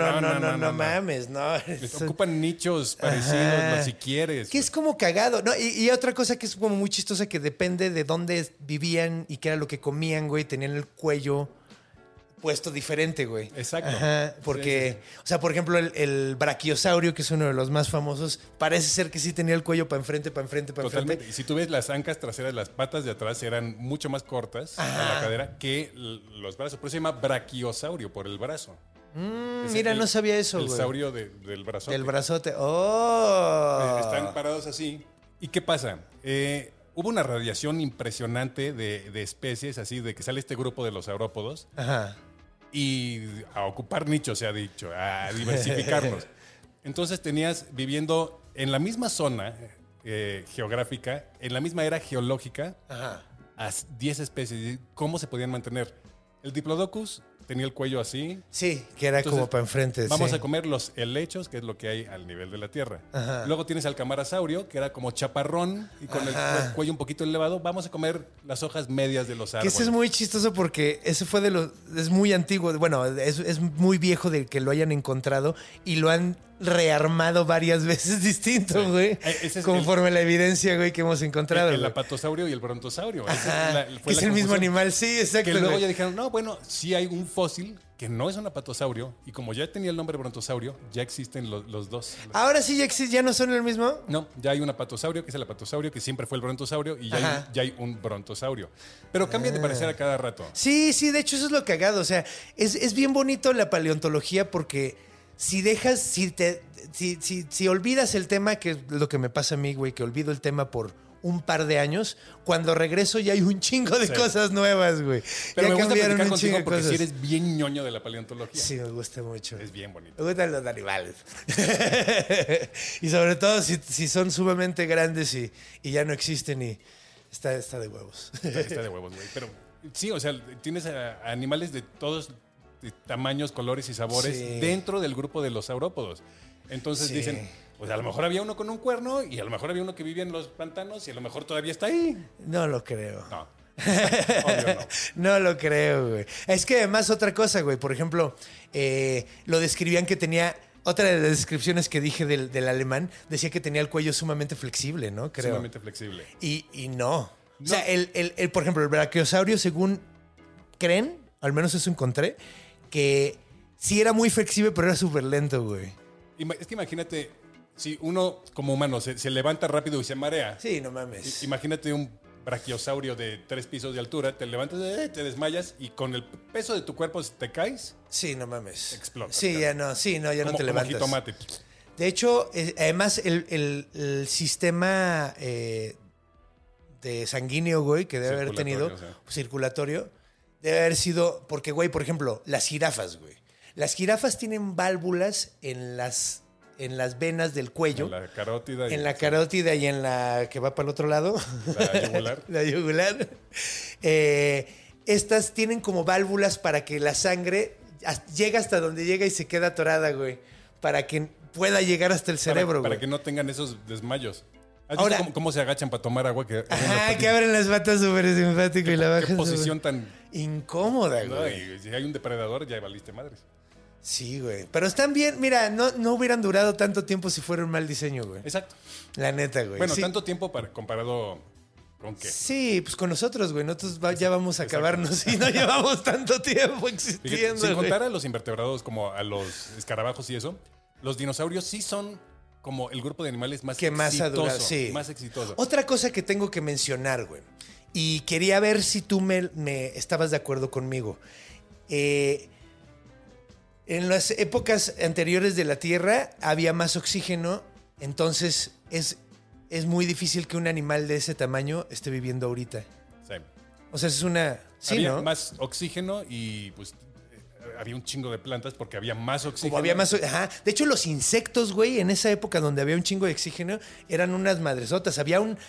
No mames, no. Ocupan nichos parecidos, Ajá. si quieres. Que es como cagado, ¿no? Y otra cosa que es como muy chistosa que depende de dónde vivían y qué era lo que comían, güey. Tenían el cuello puesto diferente, güey. Exacto. Ajá, porque, Sí. o sea, por ejemplo, el brachiosaurio, que es uno de los más famosos, parece ser que sí tenía el cuello para enfrente. Totalmente. Y si tú ves las ancas traseras, las patas de atrás eran mucho más cortas a la cadera que los brazos. Por eso se llama brachiosaurio, por el brazo. Es Mira, no sabía eso, El güey. saurio del brazote. Del brazote. ¡Oh! Están parados así. ¿Y qué pasa? Hubo una radiación impresionante de especies, así de que sale este grupo de los saurópodos. Ajá. Y a ocupar nichos, se ha dicho, a diversificarnos. Entonces tenías viviendo en la misma zona geográfica, en la misma era geológica, Ajá. a 10 especies. ¿Cómo se podían mantener? El Diplodocus tenía el cuello así. Sí, que era Entonces, como para enfrente. Vamos sí. a comer los helechos, que es lo que hay al nivel de la Tierra. Ajá. Luego tienes al camarasaurio, que era como chaparrón y con Ajá. el cuello un poquito elevado. Vamos a comer las hojas medias de los Que árboles. ese es muy chistoso porque ese fue de los... Es muy antiguo, bueno, es muy viejo de que lo hayan encontrado y lo han rearmado varias veces distinto, Sí. güey. Ese es conforme la evidencia, güey, que hemos encontrado. El güey. apatosaurio y el brontosaurio. Ajá, Esa que es el mismo confusión. animal, sí, exacto. Que luego güey. ya dijeron, no, bueno, sí hay un fósil que no es un apatosaurio y como ya tenía el nombre brontosaurio, ya existen los dos. Ahora sí ya existe, ya no son el mismo. No, ya hay un apatosaurio, que es el apatosaurio, que siempre fue el brontosaurio, y Ajá. ya hay un brontosaurio. Pero cambian de parecer a cada rato. Sí, de hecho eso es lo cagado. O sea, es bien bonito la paleontología porque si dejas, si olvidas el tema, que es lo que me pasa a mí, güey, que olvido el tema por un par de años, cuando regreso ya hay un chingo de Sí. cosas nuevas, güey. Pero ya me gusta cambiaron platicar un contigo chingo de porque cosas. si eres bien ñoño de la paleontología. Sí, me gusta mucho. Es bien bonito. Me gustan los animales. Y sobre todo si son sumamente grandes y ya no existen y está de huevos. Está de huevos, güey. Pero sí, o sea, tienes a animales de todos tamaños, colores y sabores Sí. dentro del grupo de los saurópodos. Entonces Sí. dicen, pues a lo mejor había uno con un cuerno y a lo mejor había uno que vivía en los pantanos y a lo mejor todavía está ahí. No lo creo. No. Obvio no. No lo creo, güey. Es que además otra cosa, güey. Por ejemplo, lo describían que tenía... Otra de las descripciones que dije del alemán decía que tenía el cuello sumamente flexible, ¿no? Creo. Sumamente flexible. Y no. No. O sea, por ejemplo, el brachiosaurio, según creen, al menos eso encontré, que sí era muy flexible, pero era súper lento, güey. Es que imagínate, si uno como humano se levanta rápido y se marea, Sí, no mames. imagínate un brachiosaurio de 3 pisos de altura, te levantas, te desmayas y con el peso de tu cuerpo si te caes, Sí, no mames. explotas, Sí, cabrón. ya no, ya no te levantas. Como jitomate. De hecho, además, el sistema de sanguíneo, güey, que debe haber tenido, Circulatorio, circulatorio, debe haber sido, porque, güey, por ejemplo, las jirafas, güey. Las jirafas tienen válvulas en las venas del cuello, En la carótida. en la carótida y en la que va para el otro lado. La yugular. La yugular. Estas tienen como válvulas para que la sangre llega hasta donde llega y se queda atorada, güey. Para que pueda llegar hasta el cerebro, para güey. que no tengan esos desmayos. ¿Has Ahora- visto cómo se agachan para tomar agua? Ajá, que abren las patas súper simpático y la bajan. Qué posición súper tan... incómoda, No, güey. y si hay un depredador, ya valiste madres. Sí, güey. Pero están bien, mira, no hubieran durado tanto tiempo si fuera un mal diseño, güey. Exacto. La neta, güey. Bueno, Sí. tanto tiempo comparado ¿Con qué? Sí, pues con nosotros, güey. Nosotros ya vamos a acabarnos y no llevamos tanto tiempo Fíjate, existiendo. sin güey. contar a los invertebrados como a los escarabajos y eso, los dinosaurios sí son como el grupo de animales más Que más ha exitoso. durado, sí. Más exitoso. Otra cosa que tengo que mencionar, güey. Y quería ver si tú me estabas de acuerdo conmigo. En las épocas anteriores de la Tierra había más oxígeno, entonces es muy difícil que un animal de ese tamaño esté viviendo ahorita. Sí. O sea, es una... Sí, había ¿no? más oxígeno y pues había un chingo de plantas porque había más oxígeno. Como había más... Ajá. De hecho, los insectos, güey, en esa época donde había un chingo de oxígeno, eran unas madresotas. Había un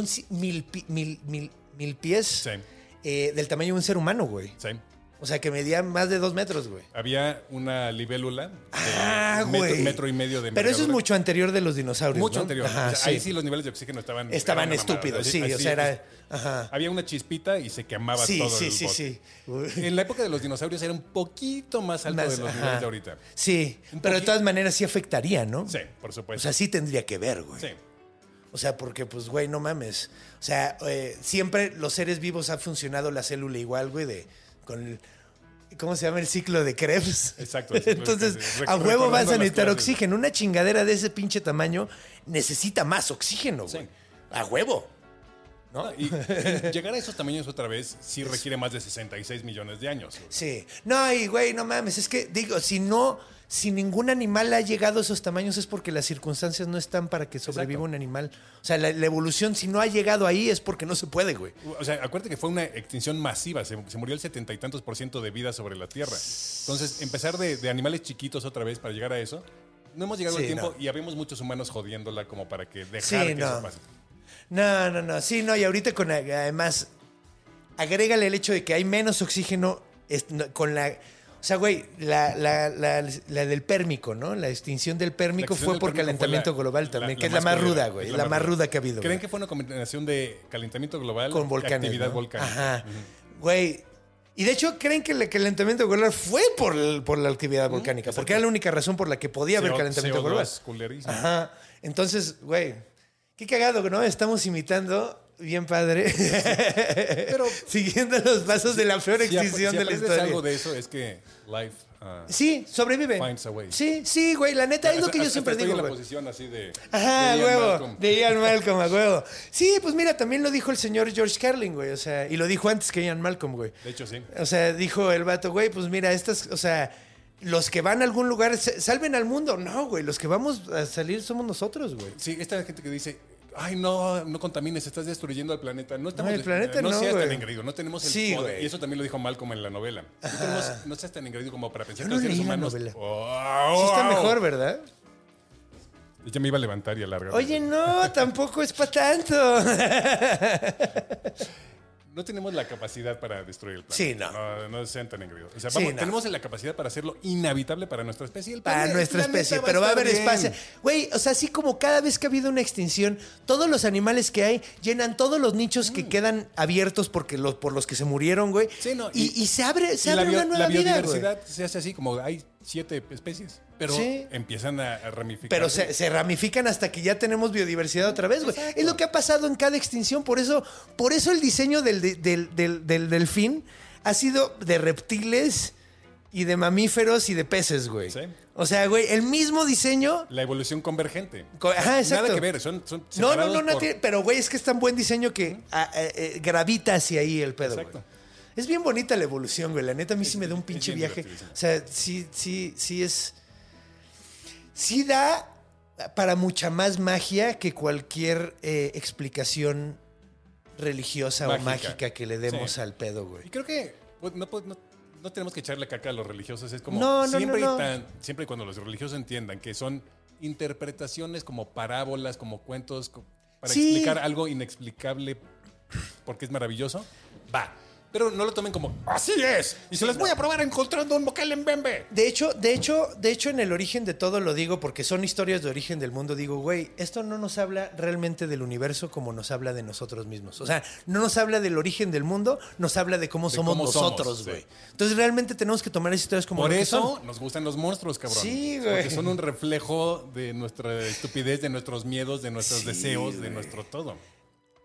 mil pies Sí. del tamaño de un ser humano, güey. Sí. O sea, que medía más de 2 metros, güey. Había una libélula de güey. metro y medio de Pero eso es envergadura. mucho anterior de los dinosaurios, Mucho ¿no? anterior. Ajá, O sea, ahí sí los niveles de oxígeno estaban Estaban eran una mamada. estúpidos, Así- sí. O así, sea, pues, era... Ajá. había una chispita y se quemaba Sí, todo sí, el sí, bosque. sí. En la época de los dinosaurios era un poquito más alto Más, de los ajá. niveles de ahorita. Sí, Un pero de poquito. todas maneras sí afectaría, ¿no? Sí, por O supuesto. sea, sí tendría que ver, güey. Sí. O sea, porque, pues, güey, no mames. O sea, siempre los seres vivos ha funcionado la célula igual, güey, con el... ¿Cómo se llama el ciclo de Krebs? Exacto, el ciclo de Entonces, Krebs. a huevo vas Recordando a las necesitar clases. oxígeno. Una chingadera de ese pinche tamaño necesita más oxígeno, güey. Sí. A huevo. ¿No? Y llegar a esos tamaños otra vez sí requiere más de 66 millones de años. güey. Sí. No, y güey, no mames. Es que, digo, si ningún animal ha llegado a esos tamaños es porque las circunstancias no están para que sobreviva Exacto. un animal. O sea, la evolución, si no ha llegado ahí, es porque no se puede, güey. O sea, acuérdate que fue una extinción masiva. Se murió el 70 y tantos % de vida sobre la Tierra. Entonces, empezar de animales chiquitos otra vez para llegar a eso, no hemos llegado Sí, al tiempo no. y habemos muchos humanos jodiéndola como para que dejar Sí, que no. eso pase. No. Sí, no, y ahorita además, agrégale el hecho de que hay menos oxígeno con la... O sea, güey, la del pérmico, ¿no? La extinción del pérmico La extinción fue del por pérmico fue calentamiento global también, que es la más culera, ruda, güey. es La más ruda que ha habido. ¿Creen güey. que fue una combinación de calentamiento global Con y volcanes, actividad ¿no? volcánica? Ajá. Güey. Y de hecho, ¿creen que el calentamiento global fue por la actividad volcánica? Porque era la única razón por la que podía haber calentamiento CO2 global. culerísimo. Ajá. Entonces, güey, qué cagado, ¿no? Estamos imitando bien padre. Pero siguiendo los pasos de la peor extinción si de la aprendes historia. algo de eso es que life Sí, sobrevive. finds a way. Sí, güey, la neta es lo que yo siempre estoy digo, en la güey. posición así de Ajá, de Ian huevo. Malcolm. De Ian Malcolm, a huevo. Sí, pues mira, también lo dijo el señor George Carlin, güey. O sea, y lo dijo antes que Ian Malcolm, güey. De hecho, sí. O sea, dijo el vato, güey, pues mira, o sea, los que van a algún lugar salven al mundo. No, güey, los que vamos a salir somos nosotros, güey. Sí, esta gente que dice, ay, no contamines, estás destruyendo al planeta. No estamos, No, el planeta no, seas tan güey. engreído, no tenemos el Sí, poder. güey. Y eso también lo dijo Malcolm en la novela. No seas tan engreído como para pensar Yo que no los seres leí la humanos... novela. Oh, Sí está wow. mejor, ¿verdad? Ya me iba a levantar y alargar. Oye, no, tampoco es para tanto. No tenemos la capacidad para destruir el planeta. Sí, no. No sean tan engreídos. O sea, Sí, no. tenemos la capacidad para hacerlo inhabitable para nuestra especie. El Para planeta- nuestra el planeta especie, pero va a estar haber bien. espacio. Güey, o sea, así como cada vez que ha habido una extinción, todos los animales que hay llenan todos los nichos que quedan abiertos por los que se murieron, güey. Sí, no, y se abre Y la una nueva la vida, güey. biodiversidad se hace así, como hay 7 especies, pero Sí. empiezan a ramificar. Pero se ramifican hasta que ya tenemos biodiversidad otra vez, güey. Exacto. Es lo que ha pasado en cada extinción. Por eso el diseño del delfín ha sido de reptiles y de mamíferos y de peces, güey. Sí. O sea, güey, el mismo diseño. La evolución convergente. Ajá, exacto. Nada que ver, son No, separados por- tiene- pero güey, es que es tan buen diseño que gravita hacia ahí el pedo, Exacto. güey. Es bien bonita la evolución, güey. La neta a mí sí me da un es pinche bien viaje. divertidísimo. O sea, sí es... Sí da para mucha más magia que cualquier explicación religiosa o mágica que le demos Sí. al pedo, güey. Y creo que pues, no tenemos que echarle caca a los religiosos. Es como No, siempre, no. siempre y cuando los religiosos entiendan que son interpretaciones como parábolas, como cuentos, para Sí. explicar algo inexplicable porque es maravilloso, va. Pero no lo tomen como así es. Y se las voy a probar encontrando un moquel en Bembe. De hecho, en el origen de todo lo digo porque son historias de origen del mundo. Digo, güey, esto no nos habla realmente del universo como nos habla de nosotros mismos. O sea, no nos habla del origen del mundo, nos habla de cómo somos cómo nosotros, somos, güey. sí. Entonces realmente tenemos que tomar esas historias como Por lo que eso son. nos gustan los monstruos, cabrón. Sí, güey. Porque son un reflejo de nuestra estupidez, de nuestros miedos, de nuestros Sí, deseos, de güey. nuestro todo.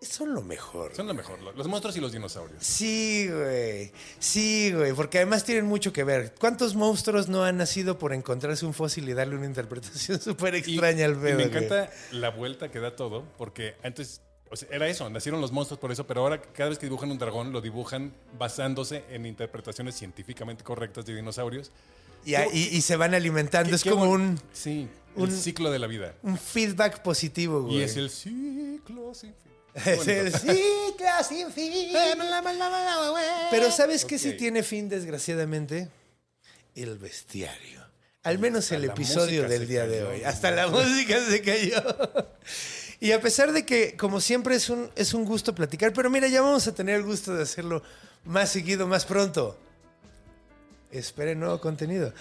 Son lo mejor. Son lo mejor, los monstruos y los dinosaurios. Sí, güey. Sí, güey. Porque además tienen mucho que ver. ¿Cuántos monstruos no han nacido por encontrarse un fósil y darle una interpretación súper extraña al Y pedo? me güey? encanta la vuelta que da todo, porque antes, o sea, era eso, nacieron los monstruos por eso, pero ahora cada vez que dibujan un dragón, lo dibujan basándose en interpretaciones científicamente correctas de dinosaurios. Y se van alimentando. Es como un el ciclo de la vida. un feedback positivo, güey. Y es el ciclo sin fin. Es el ciclo sin fin. Pero ¿sabes qué sí Ok. tiene fin, desgraciadamente? El bestiario. Al menos Hasta el la episodio música del se día de cayó, hoy. güey. Hasta la música se cayó. Y a pesar de que, como siempre, es un gusto platicar, pero mira, ya vamos a tener el gusto de hacerlo más seguido, más pronto. Esperen nuevo contenido.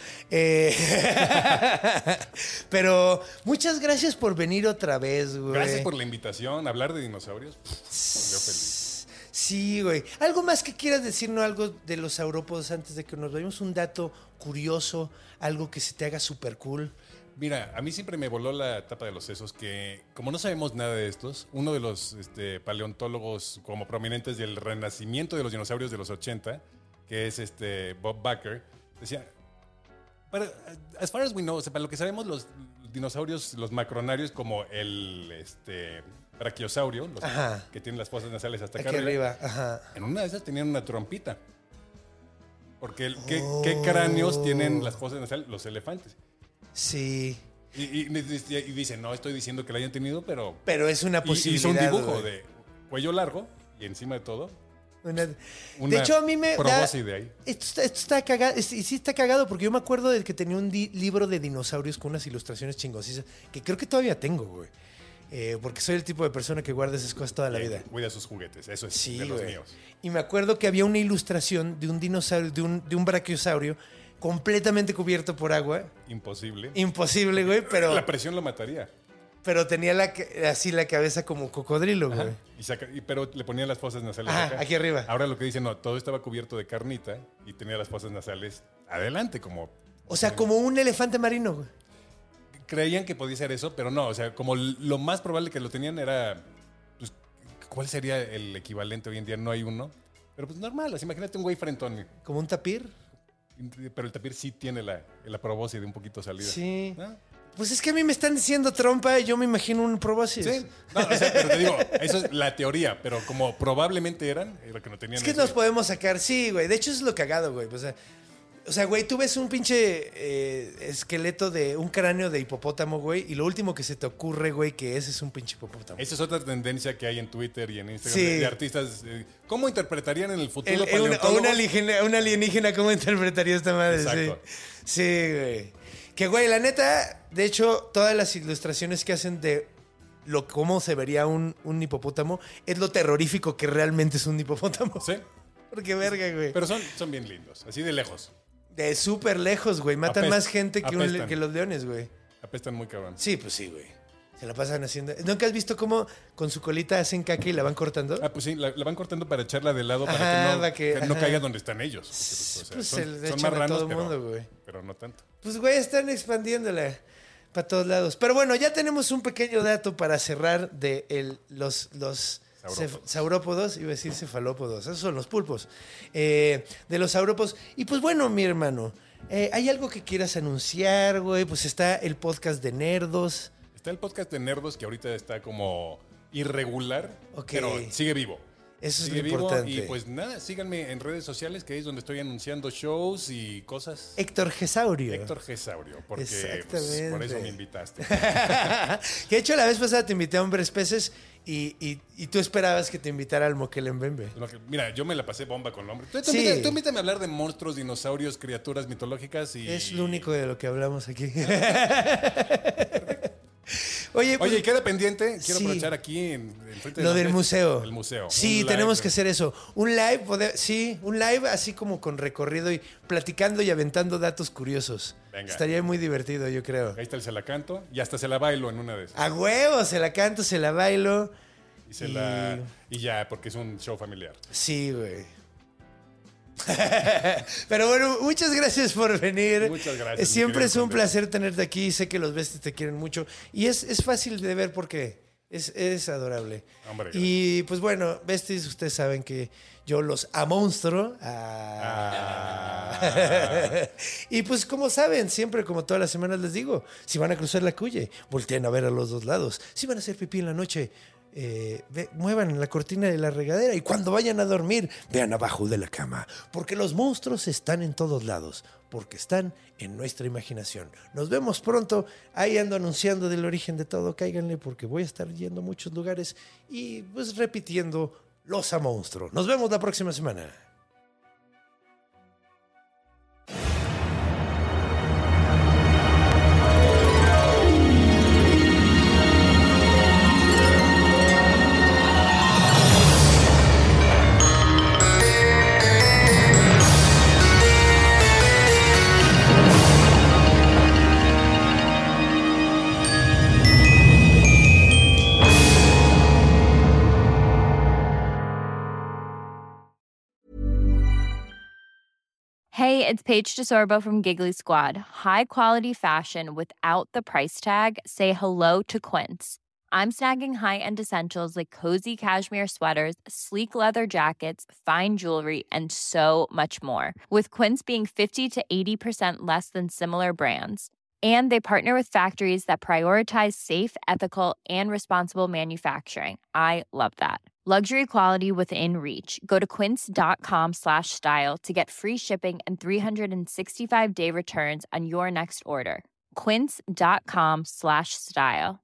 Pero muchas gracias por venir otra vez, güey. Gracias por la invitación. Hablar de dinosaurios. Yo feliz. Sí, güey. ¿Algo más que quieras decirnos, algo de los saurópodos antes de que nos vayamos? Un dato curioso, algo que se te haga súper cool. Mira, a mí siempre me voló la tapa de los sesos que, como no sabemos nada de estos, uno de los paleontólogos como prominentes del renacimiento de los dinosaurios de los 80, que es Bob Bakker, decía, as far as we know, o sea, para lo que sabemos, los dinosaurios, los macronarios, como el brachiosaurio, los Ajá. que tienen las fosas nasales hasta Aquí acá arriba. Ajá. en una de esas tenían una trompita. Porque ¿qué cráneos tienen las fosas nasales? Los elefantes. Sí. Y dicen, no estoy diciendo que la hayan tenido, pero... Pero es una posibilidad. Hizo un dibujo güey. de cuello largo y encima de todo, De una hecho, a mí me da... probóscide de ahí. Esto está cagado. Y sí está cagado porque yo me acuerdo de que tenía un libro de dinosaurios con unas ilustraciones chingosísimas que creo que todavía tengo, güey. Porque soy el tipo de persona que guarda esas cosas toda la vida. Cuida sus juguetes, eso es Sí, de los güey. míos. Y me acuerdo que había una ilustración de un dinosaurio, de un brachiosaurio completamente cubierto por agua. Imposible. Imposible, güey, pero... La presión lo mataría. Pero tenía así la cabeza como cocodrilo, güey. Ajá. Pero le ponían las fosas nasales Ajá, acá. aquí arriba. Ahora lo que dicen, no, todo estaba cubierto de carnita y tenía las fosas nasales adelante, como... O sea, como un elefante marino, güey. Creían que podía ser eso, pero no, o sea, como lo más probable que lo tenían era... Pues, ¿cuál sería el equivalente hoy en día? No hay uno. Pero pues normal, así, imagínate un güey frentón. Como un tapir. Pero el tapir sí tiene la probóscide de un poquito salida. Sí. ¿No? Pues es que a mí me están diciendo trompa y yo me imagino un probóscis. Sí. No, o sea, pero te digo, eso es la teoría, pero como probablemente era que no tenían Es que ese- nos podemos sacar, sí, güey. De hecho, eso es lo cagado, güey. O sea, güey, tú ves un pinche esqueleto de un cráneo de hipopótamo, güey, y lo último que se te ocurre, güey, que ese es un pinche hipopótamo. Esa es otra tendencia que hay en Twitter y en Instagram Sí. de artistas. ¿Cómo interpretarían en el futuro O paleontólogo? un alienígena, ¿cómo interpretaría esta madre? Exacto. Sí. Sí, güey. Que, güey, la neta, de hecho, todas las ilustraciones que hacen de cómo se vería un hipopótamo es lo terrorífico que realmente es un hipopótamo. Sí, Porque verga, güey. pero son bien lindos, así de lejos. De súper lejos, güey. Matan más gente Apestan. que los leones, güey. Apestan muy cabrón. Sí, pues sí, güey. Se la pasan haciendo. ¿Nunca has visto cómo con su colita hacen caca y la van cortando? Ah, pues sí, la van cortando para echarla de lado Ajá, para para que no ajá. caiga donde están ellos. Porque, Pues se le son echan a marranos, todo mundo, güey. pero no tanto. Pues, güey, están expandiéndola para todos lados. Pero bueno, ya tenemos un pequeño dato para cerrar de los saurópodos. Iba a decir cefalópodos. Esos son los pulpos. De los saurópodos. Y pues bueno, mi hermano, ¿hay algo que quieras anunciar, güey? Pues está el podcast de Nerdos. Está el podcast de Nerdos que ahorita está como irregular, Ok. pero sigue vivo. Eso es Sigue lo vivo importante. y pues nada, síganme en redes sociales, que es donde estoy anunciando shows y cosas. Héctor Gesaurio. Héctor Gesaurio, porque pues, Exactamente. por eso me invitaste. Que de hecho la vez pasada te invité a Hombres Peces y tú esperabas que te invitara al Moquelembembe. Mira, yo me la pasé bomba con el hombre. Tú Sí. invítame a hablar de monstruos, dinosaurios, criaturas mitológicas y... Es lo único de lo que hablamos aquí. Oye, pues, Oye, y queda pendiente, quiero Sí. aprovechar aquí en frente de lo las del mesas, museo. El museo. Sí, Un tenemos live. que hacer eso. Un live, un live así como con recorrido y platicando y aventando datos curiosos. Venga. Estaría muy divertido, yo creo. Ahí está el se la canto y hasta se la bailo en una de esas. A huevo, se la canto, se la bailo. Y ya, porque es un show familiar. Sí, güey. Pero bueno, muchas gracias por venir. Muchas gracias, Siempre mi es querido un Condés. placer tenerte aquí. Sé que los besties te quieren mucho. Y es fácil de ver porque Es adorable. Hombre, y pues bueno, besties, ustedes saben que yo los amonstro. Y pues como saben, siempre como todas las semanas les digo, si van a cruzar la calle, volteen a ver a los dos lados. Si van a hacer pipí en la noche, muevan la cortina de la regadera y cuando vayan a dormir, vean abajo de la cama. Porque los monstruos están en todos lados, porque están en nuestra imaginación. Nos vemos pronto. Ahí ando anunciando del origen de todo. Cáiganle porque voy a estar yendo a muchos lugares y pues repitiendo los a monstruo. Nos vemos la próxima semana. Hey, it's Paige DeSorbo from Giggly Squad. High quality fashion without the price tag. Say hello to Quince. I'm snagging high-end essentials like cozy cashmere sweaters, sleek leather jackets, fine jewelry, and so much more. With Quince being 50 to 80% less than similar brands. And they partner with factories that prioritize safe, ethical, and responsible manufacturing. I love that. Luxury quality within reach. Go to quince.com/style to get free shipping and 365-day returns on your next order. Quince.com/style.